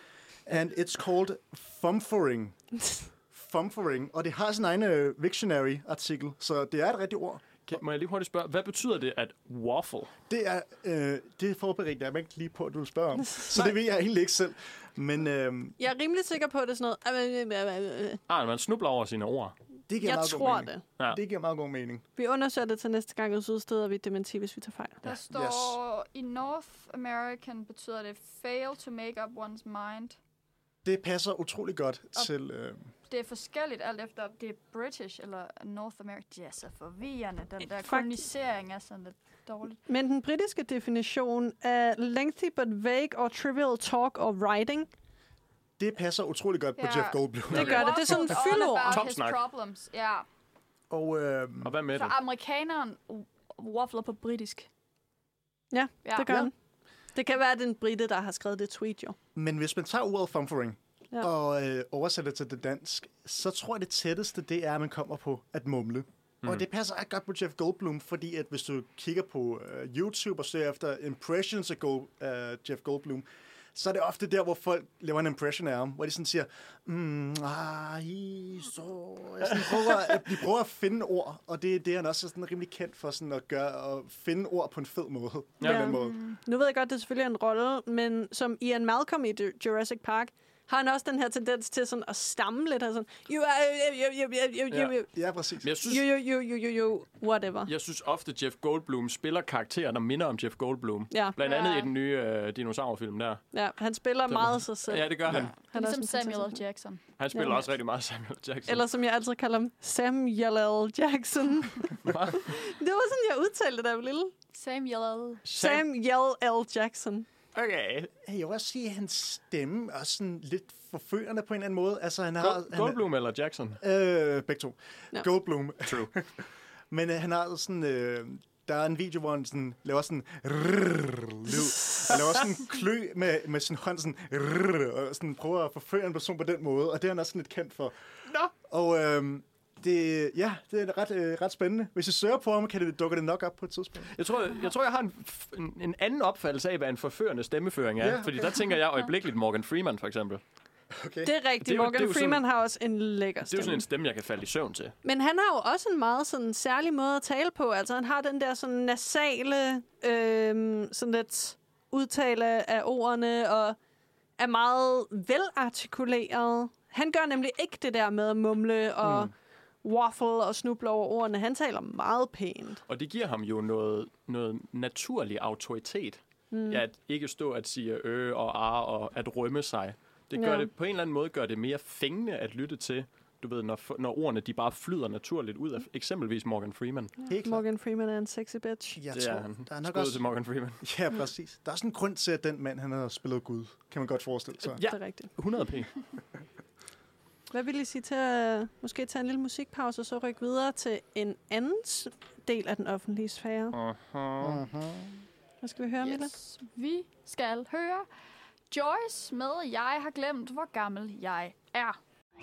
And it's called fumfering. Fumfering. Og det har sin egen uh, Wiktionary-artikel, så det er et rigtigt ord. Kan, må jeg lige hurtigt spørge, hvad betyder det at waffle? Det er, øh, det er forberedt, jeg er ikke lige på, at du vil spørge om. Så det ved jeg egentlig ikke selv. Men øh, Jeg er rimelig sikker på, at det er sådan noget... Ah, man snubler over sine ord. det giver Jeg meget god tror mening. det. Ja. Det giver meget god mening. Vi undersøger det til næste gang, og så udsteder vi dementi, hvis vi tager fejl. Der står, i North American betyder det fail to make up one's mind. Det passer utrolig godt til... Øh, Det er forskelligt alt efter, om det er British eller North American. Det er så forvirrende. Den der Fakt- kolonisering er sådan lidt dårligt. Men den britiske definition er lengthy but vague or trivial talk or writing. det passer utrolig godt på Ja. Jeff Goldblum. Det gør det. Det er sådan Waffled fyldord. all about his Topsnak. problems. Ja. Og øh, Og hvad med Så det? amerikaneren waffler på britisk. Ja, Ja. det gør Ja. den. Det kan være, at det er en brite, der har skrevet det tweet, jo. Men hvis man tager ordet fumfering Ja. ja. og øh, oversætter det til det dansk, så tror jeg, det tætteste, det er, at man kommer på at mumle. Mm. Og det passer ret godt på Jeff Goldblum, fordi at hvis du kigger på øh, YouTube og ser efter impressions af Gold, øh, Jeff Goldblum, så er det ofte der, hvor folk laver en impression af ham, hvor de sådan siger, mm, ah, i, så... Jeg sådan prøver, at, de prøver at finde ord, og det er det, han også er sådan rimelig kendt for sådan at gøre, at finde ord på en fed måde. Ja. På den måde. Nu ved jeg godt, det er selvfølgelig en rolle, men som Ian Malcolm i Jurassic Park, har han også den her tendens til sådan at stamme lidt. Og sådan, you, are, you, you, you, you, you, you, Ja, præcis. Men jeg synes, you, you, you, you, you, whatever. jeg synes ofte, Jeff Goldblum spiller karakterer, der minder om Jeff Goldblum. Ja, Blandt andet Ja. i den nye øh, dinosaurfilm der. ja, han spiller Den- meget sig selv. Ja, det gør han. Han Han er ligesom også en Samuel fantastisk- L. Jackson. Han spiller Ja. også rigtig meget Samuel Jackson. Eller som jeg altid kalder ham, Samuel L. Jackson. det var sådan, jeg udtalte det, da jeg var lille. Samuel. Samuel L. Jackson. Okay. Jeg vil også sige, at hans stemme er sådan lidt forførende på en eller anden måde. Altså, han har... Gold, Goldblum eller Jackson? Han, øh, begge to. Ja. Goldblum. True. Men øh, han har sådan... Øh, der er en video, hvor han sådan, laver sådan... Rrrr, han laver sådan en klø med, med sin hånd, sådan... Rrrr, og sådan prøver at forføre en person på den måde. Og det er han også sådan lidt kendt for. Nå. Og øh, det, ja, det er ret, øh, ret spændende. Hvis I søger på ham, kan det, dukker det nok op på et tidspunkt. Jeg tror, jeg, tror, jeg har en, en, en anden opfattelse af, hvad en forførende stemmeføring er. Ja, Ja, okay. okay. Fordi der tænker jeg øjeblikkeligt Morgan Freeman, for eksempel. Okay. Det er rigtigt. Det er jo- Morgan det er jo Freeman sådan- har også en lækker Det er jo sådan stemme. en stemme, jeg kan falde i søvn til. Men han har jo også en meget sådan særlig måde at tale på. Altså, han har den der sådan nasale, øhm, sådan lidt udtale af ordene, og er meget velartikuleret. Han gør nemlig ikke det der med at mumle og mm. waffle og snuble over ordene. Han taler meget pænt. Og det giver ham jo noget, noget naturlig autoritet. Mm. Ja, at ikke stå at sige øh og ar og at rømme sig. Det gør ja. det på en eller anden måde gør det mere fængende at lytte til, du ved, når, når ordene de bare flyder naturligt ud af eksempelvis Morgan Freeman. Ja. Morgan Freeman er en sexy bitch. Jeg det tror, er han. der er nok Skud også... til Morgan Freeman. Ja, præcis. Der er sådan en grund til, at den mand, han har spillet Gud. Kan man godt forestille sig. Ja, det er rigtigt. hundrede p. Hvad vil I sige til at måske tage en lille musikpause, og så rykke videre til en anden del af den offentlige sfære? Uh-huh. Uh-huh. Hvad skal vi høre, Mille? Yes. Vi skal høre Joyce med Jeg har glemt, hvor gammel jeg er.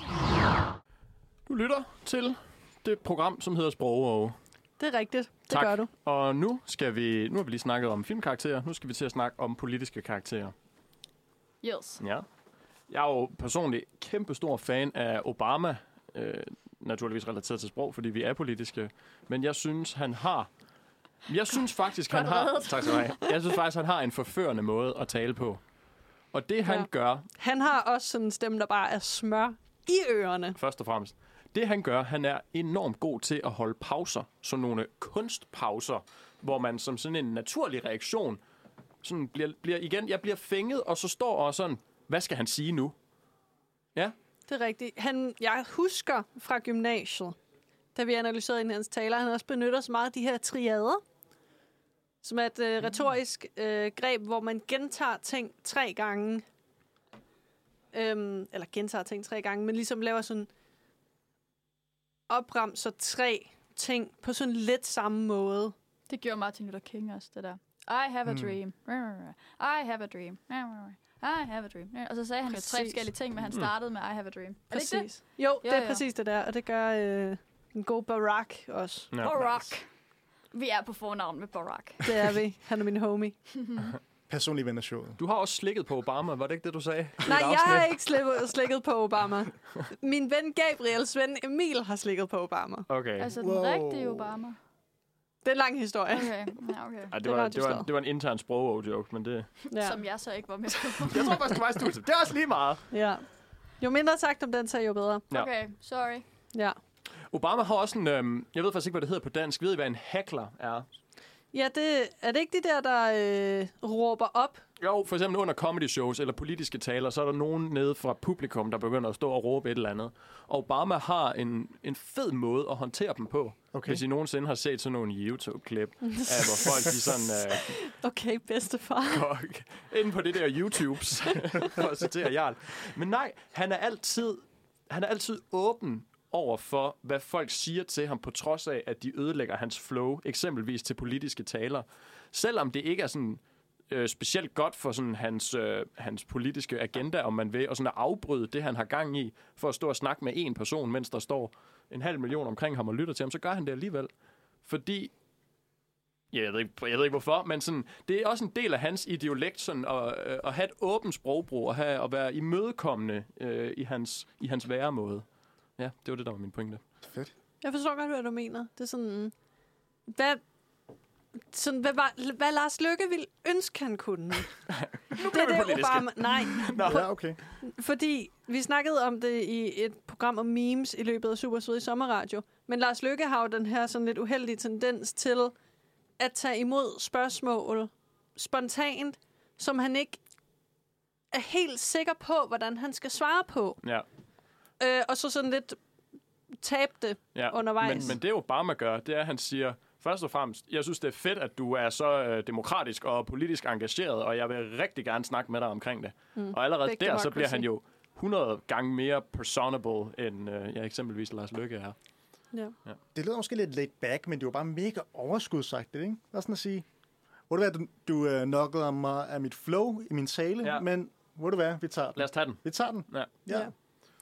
Du lytter til det program, som hedder Sprogov. Det er rigtigt. Det Tak. gør du. Og nu skal vi, nu har vi lige snakket om filmkarakterer. Nu skal vi til at snakke om politiske karakterer. Yes. Ja. Jeg er jo personligt kæmpestor fan af Obama. Øh, naturligvis relateret til sprog, fordi vi er politiske. Men jeg synes, han har... Jeg synes faktisk, han har... Tak skal du have. Jeg synes faktisk, han har en forførende måde at tale på. Og det, han Ja. gør... Han har også sådan en stemme, der bare er smør i ørerne. Først og fremmest. Det, han gør, han er enormt god til at holde pauser. Sådan nogle kunstpauser, hvor man som sådan en naturlig reaktion sådan bliver, bliver igen... Jeg bliver fænget, og så står og sådan... Hvad skal han sige nu? Ja. Det er rigtigt. Han, jeg husker fra gymnasiet, da vi analyserede en af hans taler, han også benytter så meget af de her triader, som er et øh, retorisk øh, greb, hvor man gentager ting tre gange. Øhm, eller gentager ting tre gange, men ligesom laver sådan opremser tre ting på sådan lidt samme måde. Det gjorde Martin Luther King også, det der. I have a dream. I have a dream. I have a dream. Og så sagde han jo tre Præcis. forskellige ting, men han startede med I have a dream. Er det ikke det? Jo, Jo, det er jo. præcis det der, og det gør øh, en god Barack også. Ja. Barack. Vi er på fornavn med Barack. Det er vi. Han er min homie. Personlig ven af showet. Du har også slikket på Obama, var det ikke det, du sagde? i Nej, et jeg har afsnit? ikke slikket, slikket på Obama. Min ven Gabriels ven Emil har slikket på Obama. Okay. Altså den Wow. rigtige Obama. Det er en lang historie. Okay, ja, okay. Ej, det, det var, var det, var, Radioslaget. det var en intern sprog-joke, men det... Ja. Som jeg så ikke var med på. Jeg tror faktisk, det var i studiet. Det er også lige meget. ja. Jo mindre sagt om den sag, jo bedre. Ja. Okay, sorry. Ja. Obama har også en... Øhm, jeg ved faktisk ikke, hvad det hedder på dansk. Ved I, hvad en heckler er? Ja, det, er det ikke de der, der øh, råber op? Jo, for eksempel under comedy shows eller politiske taler, så er der nogen nede fra publikum, der begynder at stå og råbe et eller andet. Og Obama har en, en fed måde at håndtere dem på. Okay. Hvis I nogensinde har set sådan nogle YouTube-klip, af hvor folk de sådan... Øh, Okay, bedstefar. går ind på det der YouTubes, for at citere Jarl. Men nej, han er altid, han er altid åben over for, hvad folk siger til ham, på trods af, at de ødelægger hans flow, eksempelvis til politiske taler. Selvom det ikke er sådan øh, specielt godt for sådan hans, øh, hans politiske agenda, om man vil, og sådan at afbryde det, han har gang i, for at stå og snakke med en person, mens der står en halv million omkring ham og lytter til ham, så gør han det alligevel. Fordi, ja, jeg ved ikke, jeg ved ikke hvorfor, men sådan, det er også en del af hans ideolekt, sådan at, øh, at have et åbent sprogbrug, og have, at være imødekommende øh, i, hans, i hans væremåde. Ja, det var det, der var min pointe. Fedt. Jeg forstår godt, hvad du mener. Det er sådan... Hvad, sådan, hvad, var, hvad Lars Løkke ville ønske, han kunne. Nu Det bliver vi er det, politiske. Obama... Nej, Ja, okay. fordi vi snakkede om det i et program om memes i løbet af Super Søde i Sommerradio. Men Lars Løkke har jo den her sådan lidt uheldige tendens til at tage imod spørgsmål spontant, som han ikke er helt sikker på, hvordan han skal svare på. Ja. Øh, og så sådan lidt tabe det Ja, undervejs. Men, men det Obama gør, det er, at han siger, først og fremmest, jeg synes, det er fedt, at du er så øh, demokratisk og politisk engageret, og jeg vil rigtig gerne snakke med dig omkring det. Mm. Og allerede Big der, så democracy. bliver han jo hundrede gange mere personable, end øh, ja, eksempelvis Lars Løkke er. Ja. Det lyder måske lidt laid back, men det var bare mega overskudsagtigt, ikke? Hvad sådan at sige? Hvor det være, du, du uh, nokkede om mig af mit flow i min tale, Ja. men hvor det være, vi tager den. Lad os tage den. Vi tager den. Ja. Ja. Ja.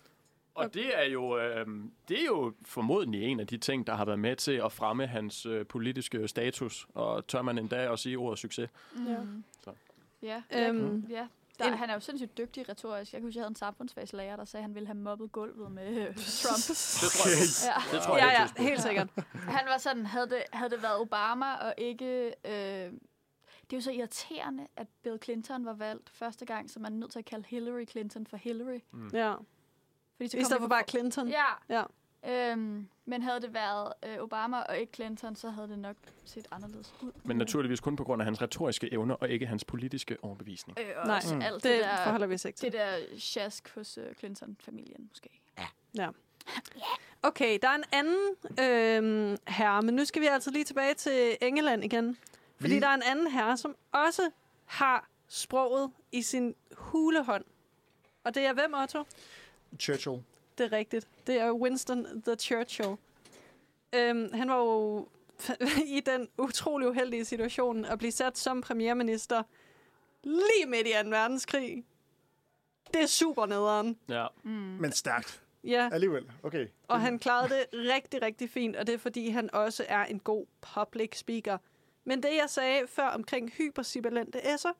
Og det er jo øh, det er jo formodentlig en af de ting, der har været med til at fremme hans øh, politiske status, og tør man endda også sige ordet succes. Ja. Så. Ja, Øhm, ja. Der, en- han er jo sindssygt dygtig retorisk. Jeg kunne huske, jeg havde en samfundsfagslærer, der sagde, at han ville have mobbet gulvet med øh, Trump. Det tror jeg. Ja. Det tror Ja, jeg, ja, helt sikkert. Han var sådan, havde det, havde det været Obama og ikke... Øh, det er jo så irriterende, at Bill Clinton var valgt første gang, så man er nødt til at kalde Hillary Clinton for Hillary. Mm. Ja. Fordi så I stedet for bare Clinton. Ja. Ja. Øhm, men havde det været øh, Obama og ikke Clinton, så havde det nok set anderledes ud. Men naturligvis kun på grund af hans retoriske evner, og ikke hans politiske overbevisning. Øh, og Nej, også mm. alt det, det, det der, forholder vi os ikke til. det der sjask hos øh, Clinton-familien, måske. Ja. Okay, der er en anden øh, herre, men nu skal vi altså lige tilbage til England igen. Fordi Vi- der er en anden herre, som også har sproget i sin hulehånd. Og det er hvem, Otto? Churchill. Det er rigtigt. Det er Winston the Churchill. Øhm, han var jo i den utrolig uheldige situation at blive sat som premierminister lige midt i anden verdenskrig. Det er super nederen. Ja. Mm. Men stærkt. Ja, Alligevel. Okay. og han klarede det rigtig, rigtig fint, og det er fordi, han også er en god public speaker. Men det, jeg sagde før omkring hypersibilente s'er,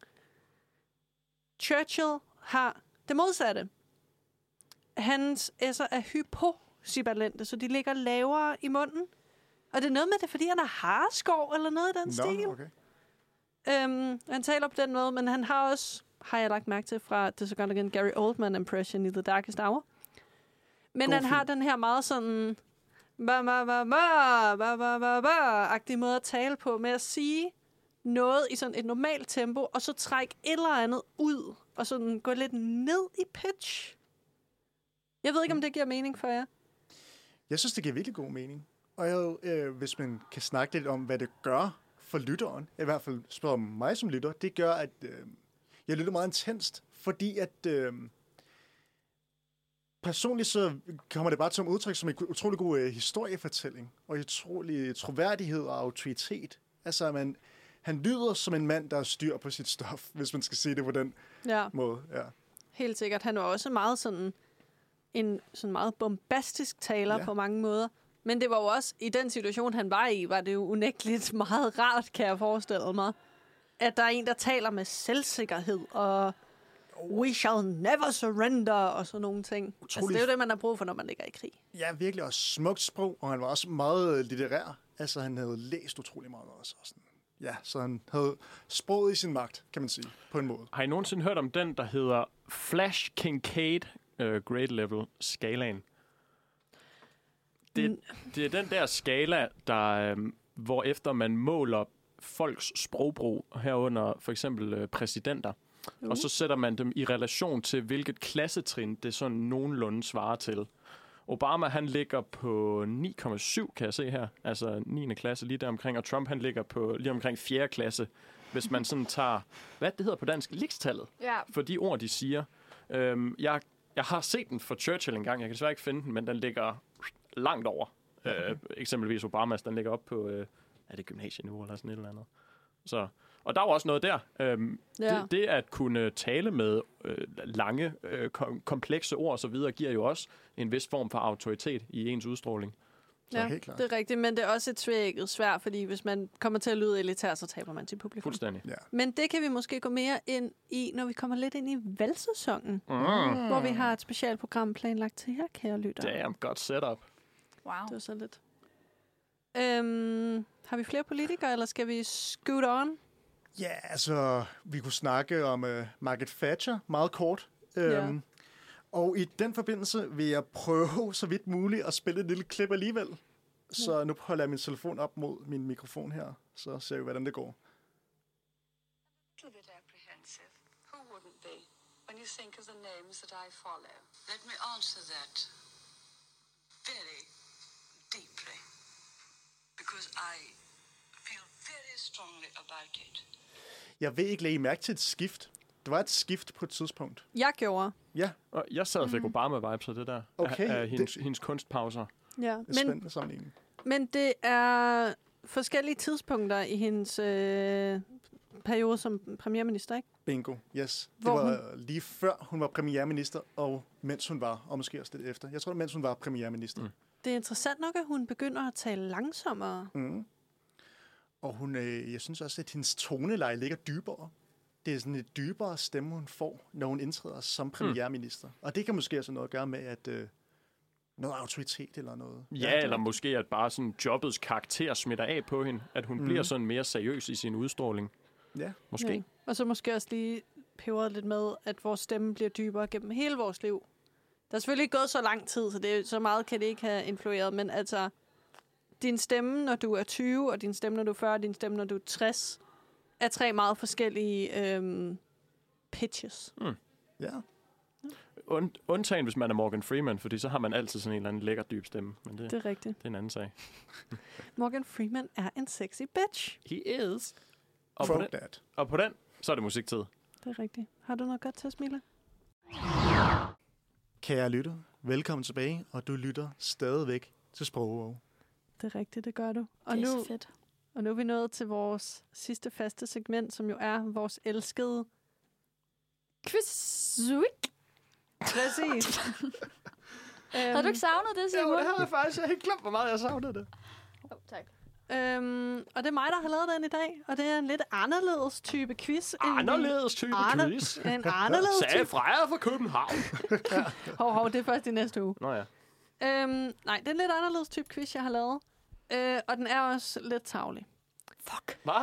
Churchill har det modsatte. Hans s'er er hyposibilente, så de ligger lavere i munden. Og det er noget med det, fordi han har hareskov eller noget i den stil. Nå, okay. Øhm, han taler på den måde, men han har også, har jeg lagt mærke til fra, det er så godt igen, Gary Oldman impression i The Darkest Hour. Men God han film. har den her meget sådan, ba ba ba ba ba ba ba ba-agtige måde at tale på, med at sige noget i sådan et normalt tempo, og så trække et eller andet ud, og sådan gå lidt ned i pitch. Jeg ved ikke, om det giver mening for jer. Jeg synes, det giver virkelig god mening. Og jeg, øh, hvis man kan snakke lidt om, hvad det gør for lytteren, i hvert fald spørger mig som lytter, det gør, at øh, jeg lytter meget intenst, fordi at øh, personligt så kommer det bare til at udtryk som en utrolig god øh, historiefortælling, og utrolig troværdighed og autoritet. Altså, man, han lyder som en mand, der er styr på sit stof, hvis man skal sige det på den Ja, måde. Ja. helt sikkert. Han var også meget sådan en sådan meget bombastisk taler Ja. på mange måder. Men det var jo også, i den situation, han var i, var det jo unægteligt meget rart, kan jeg forestille mig, at der er en, der taler med selvsikkerhed, og we shall never surrender, og sådan nogle ting. Altså, det er jo det, man har brug for, når man ligger i krig. Ja, virkelig også smukt sprog, og han var også meget litterær. Altså, han havde læst utrolig meget også. Og sådan. Ja, så han havde sproget i sin magt, kan man sige, på en måde. Har I nogensinde hørt om den, der hedder Flash Kincaid uh, Grade Level skalaen? Det, det er den der skala, der, øhm, hvor efter man måler folks sprogbrug, herunder for eksempel øh, præsidenter, uh. og så sætter man dem i relation til, hvilket klassetrin det sådan nogenlunde svarer til. Obama, han ligger på ni komma syv, kan jeg se her, altså niende klasse lige der omkring, og Trump, han ligger på lige omkring fjerde klasse, hvis man sådan tager, hvad det hedder på dansk, ligestallet, Ja. for de ord, de siger. Øhm, jeg, jeg har set den for Churchill engang, jeg kan desværre ikke finde den, men den ligger langt over. Øh, eksempelvis Obamas, den ligger op på, øh, er det gymnasieniveau eller sådan et eller andet. Så, og der er jo også noget der. Øhm, Ja. det, det at kunne tale med øh, lange, øh, kom, komplekse ord og så videre, giver jo også en vis form for autoritet i ens udstråling. Ja, helt klart. det er rigtigt, men det er også et tvækket svært, fordi hvis man kommer til at lyde elitær, så taber man til publikum. Fuldstændig. Ja. Men det kan vi måske gå mere ind i, når vi kommer lidt ind i valgsæsonen, Mm. hvor vi har et specielt program planlagt til jer, kære lyttere. Damn, godt setup. Wow. Det var så lidt. Øhm, har vi flere politikere, eller skal vi scoot on? Ja, altså, vi kunne snakke om uh, Margaret Thatcher meget kort. Ja. Um, og i den forbindelse vil jeg prøve så vidt muligt at spille et lille klip alligevel. Så nu holder jeg min telefon op mod min mikrofon her, så ser vi, hvordan det går. A little bit apprehensive. Who wouldn't be when you think of the names that I follow? Let me answer that very deeply, because I feel very strongly about it. Jeg ved ikke, lagde I mærke til et skift? Der var et skift på et tidspunkt. Jeg gjorde. Ja, Og jeg sad og fik Obama-vibes af det der. Okay, Af, af hendes, det- hendes kunstpauser. Ja. en Men, spændende sammenligning. men det er forskellige tidspunkter i hendes øh, periode som premierminister, ikke? Bingo, yes. Hvor det var lige før hun var premierminister, og mens hun var, og måske også lidt efter. Jeg tror, mens hun var premierminister. Mm. Det er interessant nok, at hun begynder at tale langsommere. Mm. Og hun, øh, jeg synes også, at hendes toneleje ligger dybere. Det er sådan et dybere stemme, hun får, når hun indtræder som premierminister. Mm. Og det kan måske også noget at gøre med, at øh, noget autoritet eller noget. Ja, ja, eller måske at bare sådan jobbets karakter smitter af på hende. At hun mm. bliver sådan mere seriøs i sin udstråling. Ja. Måske. Ja. Og så måske også lige peberet lidt med, at vores stemme bliver dybere gennem hele vores liv. Der er selvfølgelig ikke gået så lang tid, så, det, så meget kan det ikke have influeret, men altså, din stemme, når du er tyve, og din stemme, når du er fyrre, og din stemme, når du er tres, er tre meget forskellige øhm, pitches. Mm. Ja. Und, undtagen, hvis man er Morgan Freeman, fordi så har man altid sådan en eller anden lækker dyb stemme. Men det, Det er rigtigt. det er en anden sag. Morgan Freeman er en sexy bitch. He is. Og på, Quote den, that. og på den, så er det musiktid. Det er rigtigt. Har du noget godt til at smile? Kære lytter, velkommen tilbage, og du lytter stadigvæk til Sprogov. Det er rigtigt, det gør du. Og Det er nu, så fedt. og nu er vi nået til vores sidste faste segment, som jo er vores elskede... Quiz-week. Præcis. Har du ikke savnet det, Simon? Jo, det har jeg faktisk. Jeg har ikke glemt, hvor meget jeg savnede det. Oh, tak. Øhm, og det er mig, der har lavet den i dag, og det er en lidt anderledes type quiz. end vi- Anderledes type Arne- quiz. En anderledes Sagde type. Freja fra København. Hov, hov, det er først i næste uge. Nå ja. Øhm, nej, det er en lidt anderledes type quiz, jeg har lavet. Øh, og den er også lidt tarvelig. Fuck. Hvad?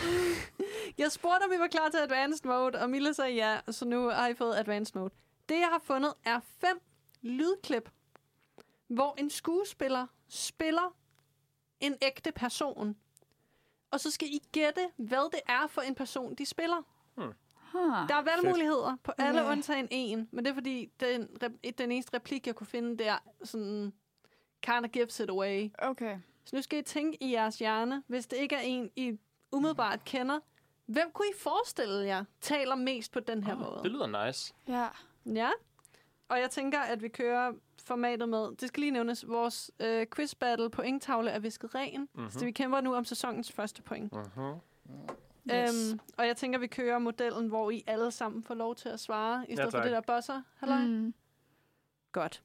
Jeg spurgte, om vi var klar til Advanced Mode, og Mille sagde ja, så nu har I fået Advanced Mode. Det, jeg har fundet, er fem lydklip, hvor en skuespiller spiller en ægte person. Og så skal I gætte, hvad det er for en person, de spiller. Huh. Der er valgmuligheder på alle Ja. undtagen en, men det er fordi, den, rep- den eneste replik, jeg kunne finde, der sådan, kind of gives it away. Okay. Så nu skal I tænke i jeres hjerne, hvis det ikke er en, I umiddelbart kender. Hvem kunne I forestille jer taler mest på den her måde? Det lyder nice. Ja. Ja, og jeg tænker, at vi kører formatet med, det skal lige nævnes, vores øh, quiz battle pointtavle er visket ren, mm-hmm. så vi kæmper nu om sæsonens første point. Uh-huh. Øhm, og jeg tænker, vi kører modellen, hvor I alle sammen får lov til at svare, i stedet for tak. det der buzzer. Halløj? Mm. Mm. Godt.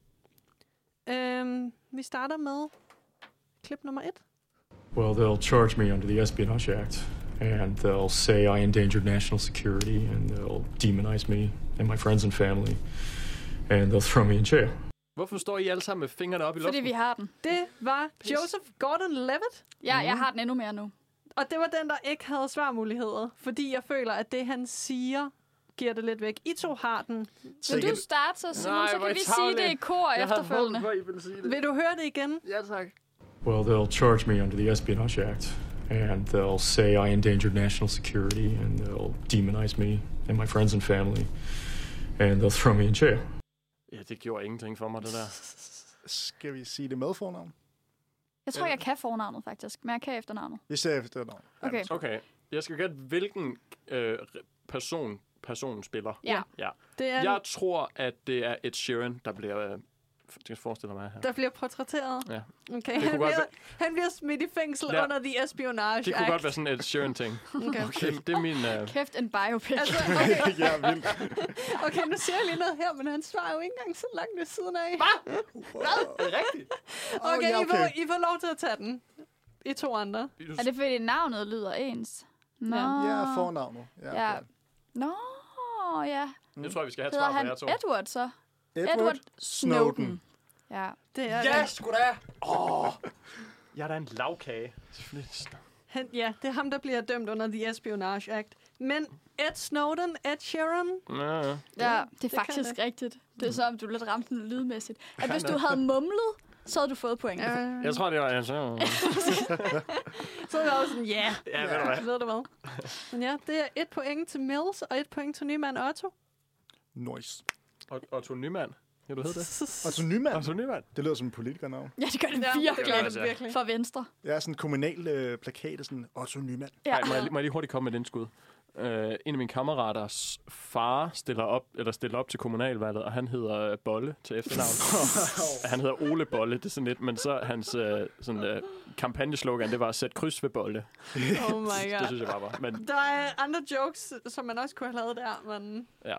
Øhm, vi starter med klip nummer et. Well, they'll charge me under the Espionage Act, and they'll say I endangered national security, and they'll demonize me and my friends and family, and they'll throw me in jail. Hvorfor står I alle sammen med fingrene op i luften? Fordi vi har den. Det var Joseph Gordon-Levitt, Ja, jeg har den endnu mere nu. og det var den, der ikke havde svarmuligheder, fordi jeg føler, at det, han siger, giver det lidt væk. I to har den. Vil du starte så, Simon? Nej, Så hvor kan I vi tarvelige. sige det i kor Jeg havde efterfølgende. håbet, hvor I ville sige det. Vil du høre det igen? Ja, tak. Well, they'll charge me under the Espionage Act, and they'll say I endangered national security, and they'll demonize me and my friends and family, and they'll throw me in jail. Ja, det gjorde ingenting for mig, det der. Skal vi sige det med fornavn? Jeg tror, jeg kan fornavnet, faktisk. Men jeg kan efternavnet. Vi ser efter navn. Okay. Okay, jeg skal gætte, hvilken øh, person personen spiller. Ja. Ja. Det er, Jeg tror, at det er Ed Sheeran, der bliver... Øh, det forestiller mig her. der bliver portrætteret. Ja. Okay. kunne Han godt bliver, han bliver smidt i fængsel Ja. under The Espionage Det kunne Act. godt være sådan et Ed Sheeran-ting. Okay. Det, det er min... Øh, Kæft, en biopic. Altså, okay. Ja, vildt. okay, nu siger jeg lige noget her, men han svarer jo ikke engang så langt ved siden af. Hvad? Er det rigtigt? Okay, ja, I, får, okay. I får lov til at tage den. I to andre. Er det fordi navnet lyder ens? Nå. Ja, fornavnet. Ja. Ja. Nå, ja. Jeg tror, vi skal have et Hedder svar han på jer to. Edward så? Edward, Edward Snowden. Snowden. Ja. Det er, Ja, sgu da! Åh! Jeg er da en lavkage. Selvfølgelig. han, ja, det er ham, der bliver dømt under The Espionage Act. Men Ed Snowden, Ed Sheeran, Ja, ja. Ja, det er det faktisk kan rigtigt. Det er som, om du er lidt ramt den lydmæssigt. At hvis du havde mumlet, så havde du fået point. øh, Jeg tror, det var... Altså, så er jeg også sådan, ja, ja, ved du hvad? ved du hvad. Men ja, det er et point til Mills, og et point til Nyman Otto. Noise. Og Otto Nyman. Kan du hedde det? Og så Nyman. Otto Nyman. Det lyder som en politikernavn. Ja, det gør det Ja, det virkelig. gør det det virkelig. For Venstre. Jeg er sådan en kommunal øh, plakat, sådan Otto Nyman. Ja. Nej, må jeg, må jeg lige hurtigt komme med et indskud? Uh, en af mine kammeraters far stiller op, eller stiller op til kommunalvalget, og han hedder uh, Bolle til efternavn. Han hedder Ole Bolle, det er sådan lidt, men så hans uh, sådan, uh, kampagneslogan, det var at sætte kryds ved Bolle. Oh my god. Det synes jeg bare var. Men Der er andre jokes, som man også kunne have lavet der, men... ja.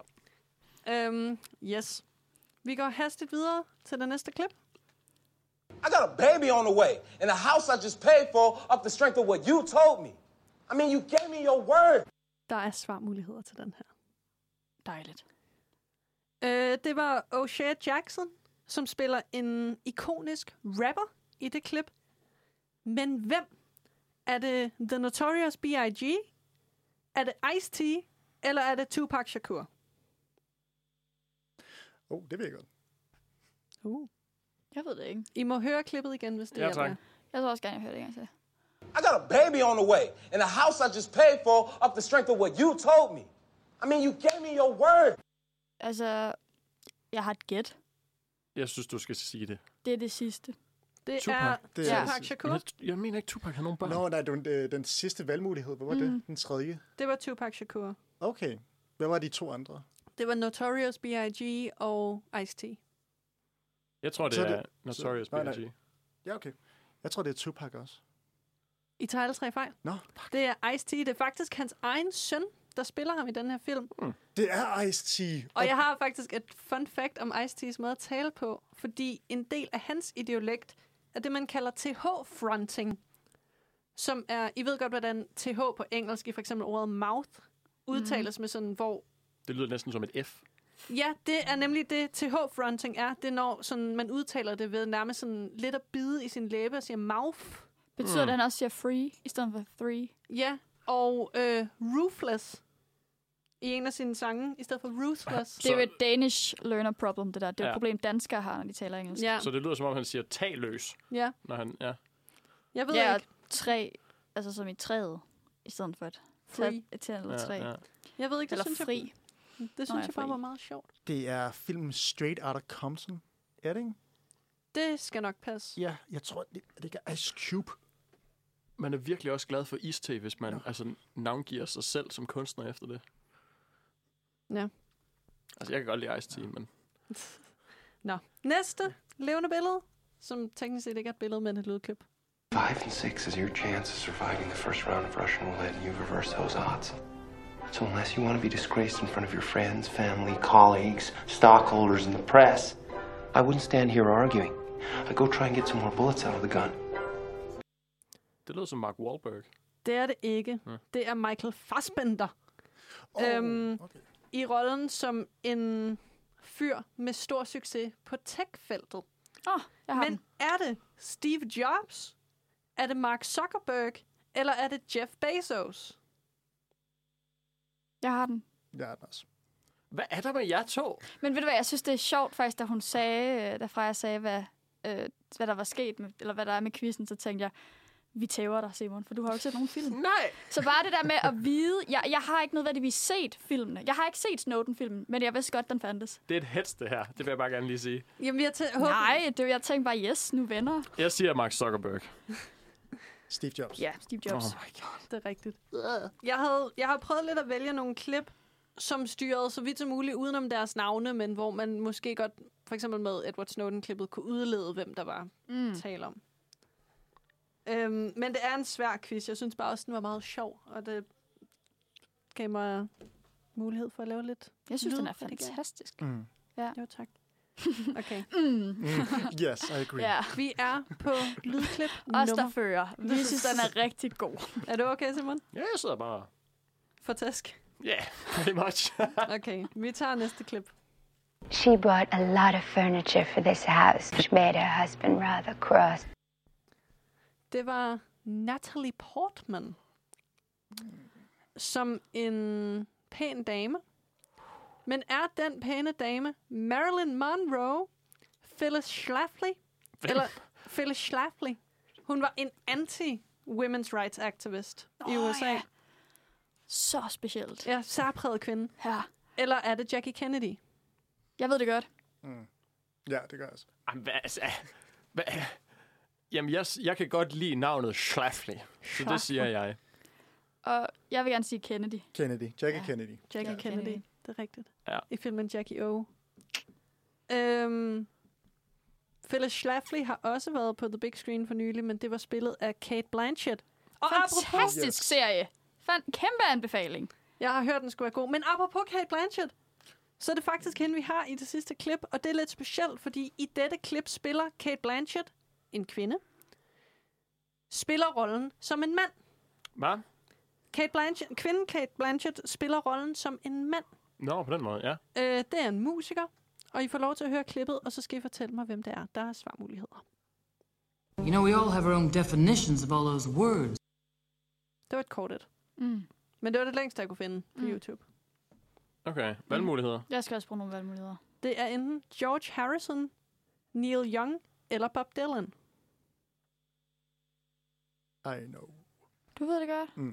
Øhm, yes. Vi går hastigt videre til det næste klip. I got a baby on the way, and a house I just paid for off the strength of what you told me. I mean, you gave me your word. Der er svarmuligheder til den her. Dejligt. Øh, det var O'Shea Jackson, som spiller en ikonisk rapper i det klip. Men hvem? Er det The Notorious B I G? Er det Ice-T, eller er det Tupac Shakur? Oh, det ved jeg godt. Uh. Jeg ved det ikke. I må høre klippet igen, hvis det Ja, er tak. det. Jeg tror også gerne, jeg hører det en gang til. I got a baby on the way, and a house I just paid for off the strength of what you told me. I mean, you gave me your word. Altså, jeg har et gæt. Jeg synes, du skal sige det. Det er det sidste. Det Tupac. er Det er- Tupac Shakur. Jeg, jeg mener ikke, Tupac har nogen børn. Nå, nej, det var den, den sidste valgmulighed. Hvad var Mm. det? Den tredje? Det var Tupac Shakur. Okay. Hvad var de to andre? Det var Notorious B I G og Ice-T. Jeg tror, det Så er er det- Notorious B så- nej, I G Ja, okay. Jeg tror, det er Tupac også. I tager alle tre fejl. Nå. Det er Ice-T. Det er faktisk hans egen søn, der spiller ham i den her film. Det er Ice-T. Og jeg har faktisk et fun fact om Ice-T's måde at tale på, fordi en del af hans ideolekt er det, man kalder T H-fronting, som er, I ved godt, hvordan T H på engelsk, i for eksempel ordet mouth, udtales mm. med sådan, hvor... Det lyder næsten som et F. Ja, det er nemlig det, T H-fronting er. Det er, når sådan, man udtaler det ved nærmest sådan lidt at bide i sin læbe og siger mouth. Betyder Mm. det, at han også siger free, i stedet for three? Ja, og øh, ruthless i en af sine sange, i stedet for ruthless. Det er jo et Danish learner problem, det der. Det er Ja. et problem, danskere har, når de taler engelsk. Ja, Så det lyder som om, han siger tag løs. ja. Når han, ja. Jeg ved Ja, ikke. og træ, altså som i træet, i stedet for et Free. et tæt eller træ. Ja, ja. Jeg ved ikke, det Eller synes fri. jeg, det synes jeg jeg bare fri. var meget sjovt. Det er filmen Straight Outta Compton. Er det ikke? Det skal nok passe. Ja, jeg tror, det, det ikke er Ice Cube. Man er virkelig også glad for iste, hvis man altså, navngiver sig selv som kunstner efter det. Ja. Altså, jeg kan godt lide Ice-T, men... Nå. Næste levende billede, som teknisk set ikke er et billede, men et lydklip. Five and six is your chance of surviving the first round of Russian roulette, and you reverse those odds. So unless you want to be disgraced in front of your friends, family, colleagues, stockholders, and the press, I wouldn't stand here arguing. I'd go try and get some more bullets out of the gun. Det lyder som Mark Wahlberg. Det er det ikke. Ja. Det er Michael Fassbender. Oh, Øhm, okay. I rollen som en fyr med stor succes på tech-feltet. Åh, oh, jeg har Men den. er det Steve Jobs? Er det Mark Zuckerberg? Eller er det Jeff Bezos? Jeg har den. Ja, den også. Hvad er der med jer to? Men ved du hvad, jeg synes, det er sjovt faktisk, da hun sagde, øh, da Freja sagde, hvad, øh, hvad der var sket, med, eller hvad der er med quizzen, så tænkte jeg, vi tæver dig, Simon, for du har jo ikke set nogen film. Nej! Så bare det der med at vide, jeg, jeg har ikke nødvendigvis set filmene. Jeg har ikke set Snowden-filmen, men jeg vidste godt, den fandtes. Det er et hets, det her. Det vil jeg bare gerne lige sige. Jamen, vi har til håb. Nej, det, jeg tænkte bare, yes, nu venner. Jeg siger Mark Zuckerberg. Steve Jobs. Ja, Steve Jobs. Oh my god. Det er rigtigt. Jeg havde, jeg har prøvet lidt at vælge nogle klip, som styrede så vidt som muligt udenom deres navne, men hvor man måske godt, for eksempel med Edward Snowden-klippet, kunne udlede, hvem der var Mm. tale om. Øhm, men det er en svær quiz. Jeg synes bare også, den var meget sjov, og det gav mig mulighed for at lave lidt. Jeg synes, den er lydredigering. fantastisk. Mm. Jo, tak. Okay. Mm. Yes, I agree. Ja, Vi er på lydklip os der nummer. fører. Vi synes, den er rigtig god. Er du okay, Simon? Ja, jeg sidder bare... For tæsk. Ja, yeah, pretty much. Okay, vi tager næste klip. She bought a lot of furniture for this house, which made her husband rather cross. Det var Natalie Portman, som en pæn dame. Men er den pæne dame Marilyn Monroe, Phyllis Schlafly? Eller Phyllis Schlafly. Hun var en anti-women's rights activist oh, i U S A. Ja. Så specielt. Ja, særpræget kvinde. Ja. Eller er det Jackie Kennedy? Jeg ved det godt. Mm. Ja, det gør jeg også. Jamen, hvad, altså, hvad, jamen, jeg, jeg kan godt lide navnet Schlafly, så det siger jeg. Og jeg vil gerne sige Kennedy. Kennedy. Jackie Ja. Kennedy. Jackie Ja. Kennedy. Kennedy. Det er rigtigt. Ja. I filmen Jackie O. Øhm, Phyllis Schlafly har også været på The Big Screen for nylig, men det var spillet af Cate Blanchett. Og apropos, Fantastisk Yes. serie. Fan, kæmpe anbefaling. jeg har hørt, den skulle være god, men apropos Cate Blanchett, så er det faktisk hende, vi har i det sidste klip, og det er lidt specielt, fordi i dette klip spiller Cate Blanchett, en kvinde, spiller rollen som en mand. Hvad? Cate Blanchett, kvinden Cate Blanchett spiller rollen som en mand. Nå, på den måde, ja. Øh, det er en musiker, og I får lov til at høre klippet, og så skal I fortælle mig, hvem det er. Der er svarmuligheder. You know, we all have our own definitions of all those words. Det var et kort et. Mm. Men det var det længste, jeg kunne finde på Mm. YouTube. Okay, valgmuligheder. Jeg skal også bruge nogle valgmuligheder. Det er enten George Harrison, Neil Young eller Bob Dylan. I know. Du ved det godt? Mm.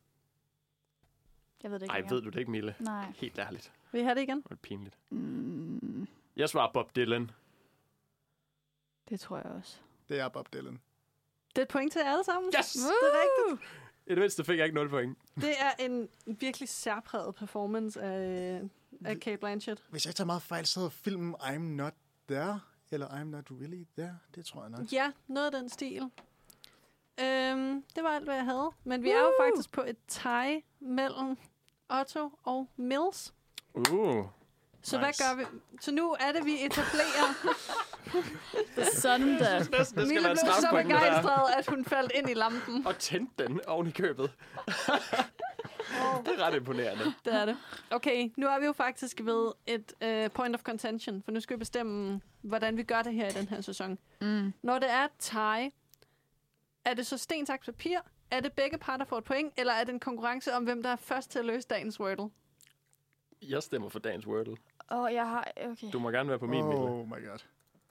Jeg ved det ikke. Ej, længere. ved du det ikke, Mille? Nej. Helt ærligt. Vil I have det igen? Det er pinligt. Mm, Jeg svarer Bob Dylan. det tror jeg også. Det er Bob Dylan. Det er et point til jer alle sammen. Yes! Det er rigtigt. I det mindste fik jeg ikke nul point. Det er en virkelig særpræget performance af, af Cate Blanchett. Hvis jeg ikke tager meget fejl, så hedder filmen I'm Not There, eller I'm Not Really There. Det tror jeg nok. Ja, noget af den stil. Øhm, det var alt, hvad jeg havde. Men vi Woo! er jo faktisk på et tie mellem Otto og Mills. Uh. Så nice. hvad gør vi? Så nu er det, vi etablerer. Sådan der. Det, det skal Mille være en blev så strafpoint, det der. begejstret, at hun faldt ind i lampen. Og tændte den oven i købet. Det er ret imponerende. Det er det. Okay, nu er vi jo faktisk ved et uh, point of contention, for nu skal vi bestemme, hvordan vi gør det her i den her sæson. Mm. Når det er et tie, er det så sten, saks, papir? Er det begge parter får et point, eller er det en konkurrence om, hvem der er først til at løse dagens Wordle? Jeg stemmer for dagens Wordle. Åh, oh, jeg har... Okay. Du må gerne være på min, Mille. Oh my god.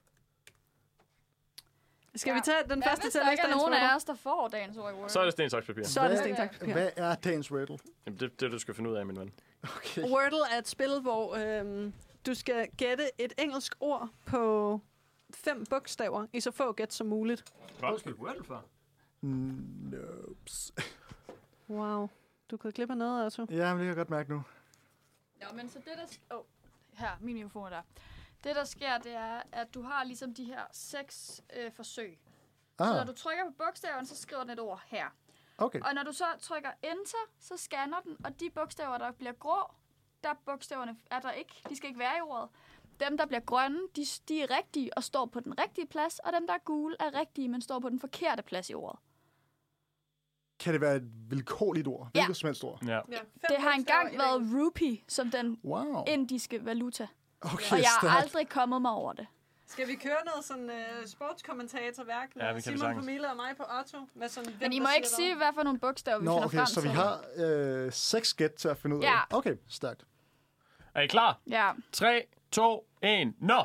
Skal Ja. vi tage den Hvad første hvis til at der løse ikke er dagens nogen af Wordle? os, der får dagens Wordle? Så er det sten, saks, papir. Så er det Hvad- sten, saks, papir. Hvad er dagens Wordle? Jamen, det, det du skal finde ud af, min ven. Okay. Wordle er et spil, hvor øhm, du skal gætte et engelsk ord på fem bogstaver i så få gæt som muligt. Hvad har du spillet Wordle for? Nopes. Wow. Du kan glip af noget, altså. Ja, men det kan jeg godt mærke nu. Ja, men så det der... Åh, oh, her, min mikrofon er der. Det, der sker, det er, at du har ligesom de her seks øh, forsøg. Ah. Så når Ah, du trykker på bogstaverne, så skriver den et ord her. okay. Og når du så trykker Enter, så scanner den, og de bogstaver, der bliver grå, der bogstaverne er der ikke. De skal ikke være i ordet. Dem, der bliver grønne, de, de er rigtige og står på den rigtige plads, og dem, der er gule, er rigtige, men står på den forkerte plads i ordet. Kan det være et vilkårligt ord? Ja. Hvilket som helst ord? Ja. Ja, Det har engang været rupee, som den Wow. indiske valuta. Okay, Og jeg har stærkt. aldrig kommet mig over det. Skal vi køre noget sådan uh, sportskommentatorværk med Ja, vi kan Simon sagtens. på Mille og mig på Otto? Med sådan, hvem Men I der må siger ikke hvad? sige, hvad for nogle bogstaver vi Nå, finder okay, frem så vi til. har øh, seks gæt til at finde ud af. Ja. Okay, stærkt. Er I klar? Ja. tre, to, et, nå!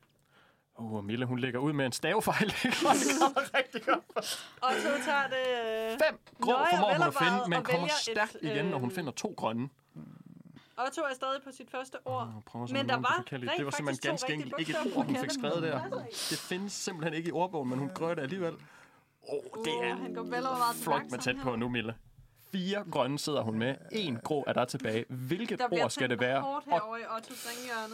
Åh, oh, Mille, hun lægger ud med en stavefejl. Det kommer rigtig godt. Otto tager det... Uh... Fem grå Nøje og formår hun at velovervejet finde, men og kommer vælger stærkt et, igen, når hun øh, finder to grønne. Otto er stadig på sit første ord. Oh, prøver så Men med der nogle var forskellige. rent Det var simpelthen faktisk to ganske enkelt rigtige ikke et bogstaver ord, hun på fik katten. skrevet der. Det passer ikke. Det findes simpelthen ikke i ordbogen, men hun grød det alligevel. Åh, oh, det Uh, han går vel er overvejet flot med langsomt tæt på her. nu, Mille. Fire grønne sidder hun med. En grå er der tilbage. Hvilket Der bliver ord skal det være? hårdt Og- herovre i Ottos ringhjørne.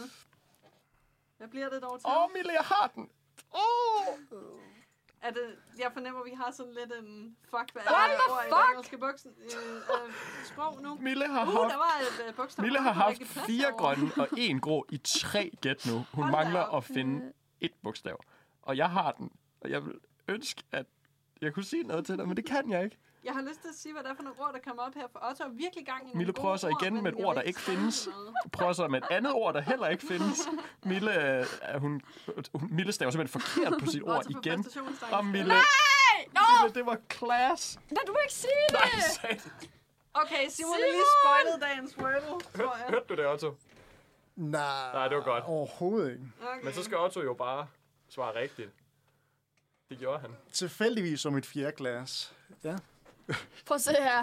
Hvad bliver det dog til? Åh, oh, Mille, jeg har den. Åh! Oh. Er det, jeg fornemmer, at vi har sådan lidt en fuck, hvad What er det the ord i fuck? det engelske buksen, øh, øh, sprog nu. Mille har Uh, haft, der var et øh, bogstav. Mille på har den haft rigtige plads fire herovre. grønne og en grå i tre gæt nu. Hun Hold da mangler op. at finde et bogstav. Og jeg har den. Og jeg vil ønske, at jeg kunne sige noget til dig, men det kan jeg ikke. Jeg har lyst til at sige, hvad det er for nogle ord, der kommer op her, for Otto er virkelig gang i nogle Mille gode prøver så ord, igen men med et jeg ord, vil der ikke sige findes. noget. Prøver så med et andet ord, der heller ikke findes. Mille, øh, er hun, hun, Mille staver simpelthen forkert på sit ord Otto på igen. præstationsdagen. Og Mille, Nej! Nå! Mille, det var class. Nej, du må ikke sige det! Nej, sat. Okay, Simon er lige Simon! spoilet dagens Wordle, tror jeg. Hørte du det, Otto? Nej, Nej, det var godt. Overhovedet ikke. Okay. Men så skal Otto jo bare svare rigtigt. Det gjorde han. Tilfældigvis som et fjerde glas. Ja. Prøv at se her.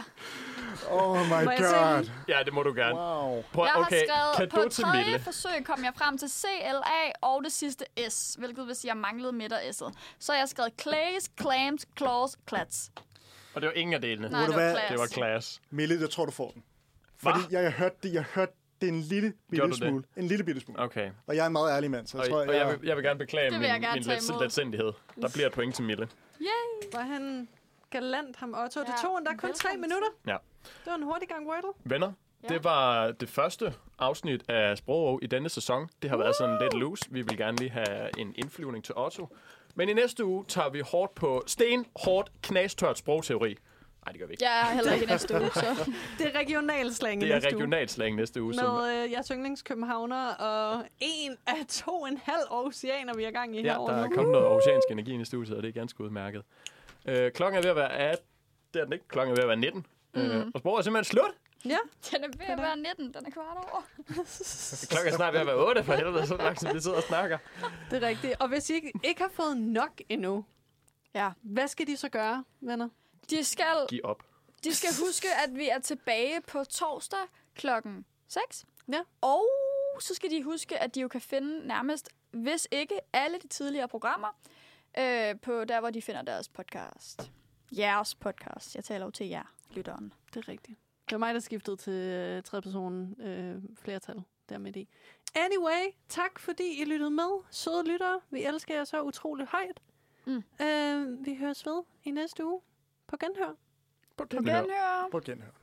Oh my Må jeg se god. den? Ja, det må du gerne. Wow. Prøv, Jeg har okay, skrevet, på cadeau til tredje Mille. forsøg kom jeg frem til C L A og det sidste S, hvilket vil sige, at jeg manglede midter S'et. Så har jeg skrevet clays, clams, claws, clats. Og det var ingen af delene. Nej, Ved det du var hvad? class. Det var class. Mille, jeg tror, du får den. Fordi Hva? jeg har hørt det, jeg har hørt det en lille Gjorde bitte du det? smule. En lille bitte smule. Okay. Og jeg er en meget ærlig mand, så jeg Og, tror, og jeg, vil, jeg vil gerne beklage Det vil jeg min, gerne min tage let, imod. letsindighed. Der bliver et point til Mille. Yay! Var han galant, ham Otto? Ja. Det Ja, tog han da kun velkommen tre til. minutter. Ja. Det var en hurtig gang Wordle. Venner, Ja. det var det første afsnit af Sprog i denne sæson. Det har været sådan lidt loose. Vi vil gerne lige have en indflyvning til Otto. Men i næste uge tager vi hårdt på sten, hårdt, knastørt sprogteori. Nej, det gør vi ikke. Jeg er heller ikke i næste uge, så... Det er regionalslang i Det er næste uge. regionalslang næste uge. Som, Med øh, jeres yndlingskøbenhavner og en af to og en halv oceaner, vi er gang i ja, herovre der er nu. kommet noget oceansk energi ind i studiet, og det er ganske udmærket. Øh, klokken er ved at være atten. Det er den ikke. Klokken er ved at være nitten. Mm. Øh, og sproget er simpelthen slut. Ja. Den er ved at være nitten. Den er kvart over. Klokken er snart ved at være otte, for helvede, så langt som vi sidder og snakker. Det er rigtigt. Og hvis I ikke, ikke har fået nok endnu, ja. hvad skal de så gøre, venner? De skal, Giv op. De skal huske, at vi er tilbage på torsdag klokken seks. Ja. Og så skal de huske, at de jo kan finde nærmest, hvis ikke alle de tidligere programmer, øh, på der, hvor de finder deres podcast. Jeres podcast. Jeg taler jo til jer, lytteren. Det er rigtigt. Det var mig, der skiftede til øh, tredje person øh, flertal der midt i. Anyway, tak fordi I lyttede med. Søde lyttere. Vi elsker jer så utroligt højt. Mm. Øh, vi høres ved i næste uge. På genhør. På genhør. På genhør.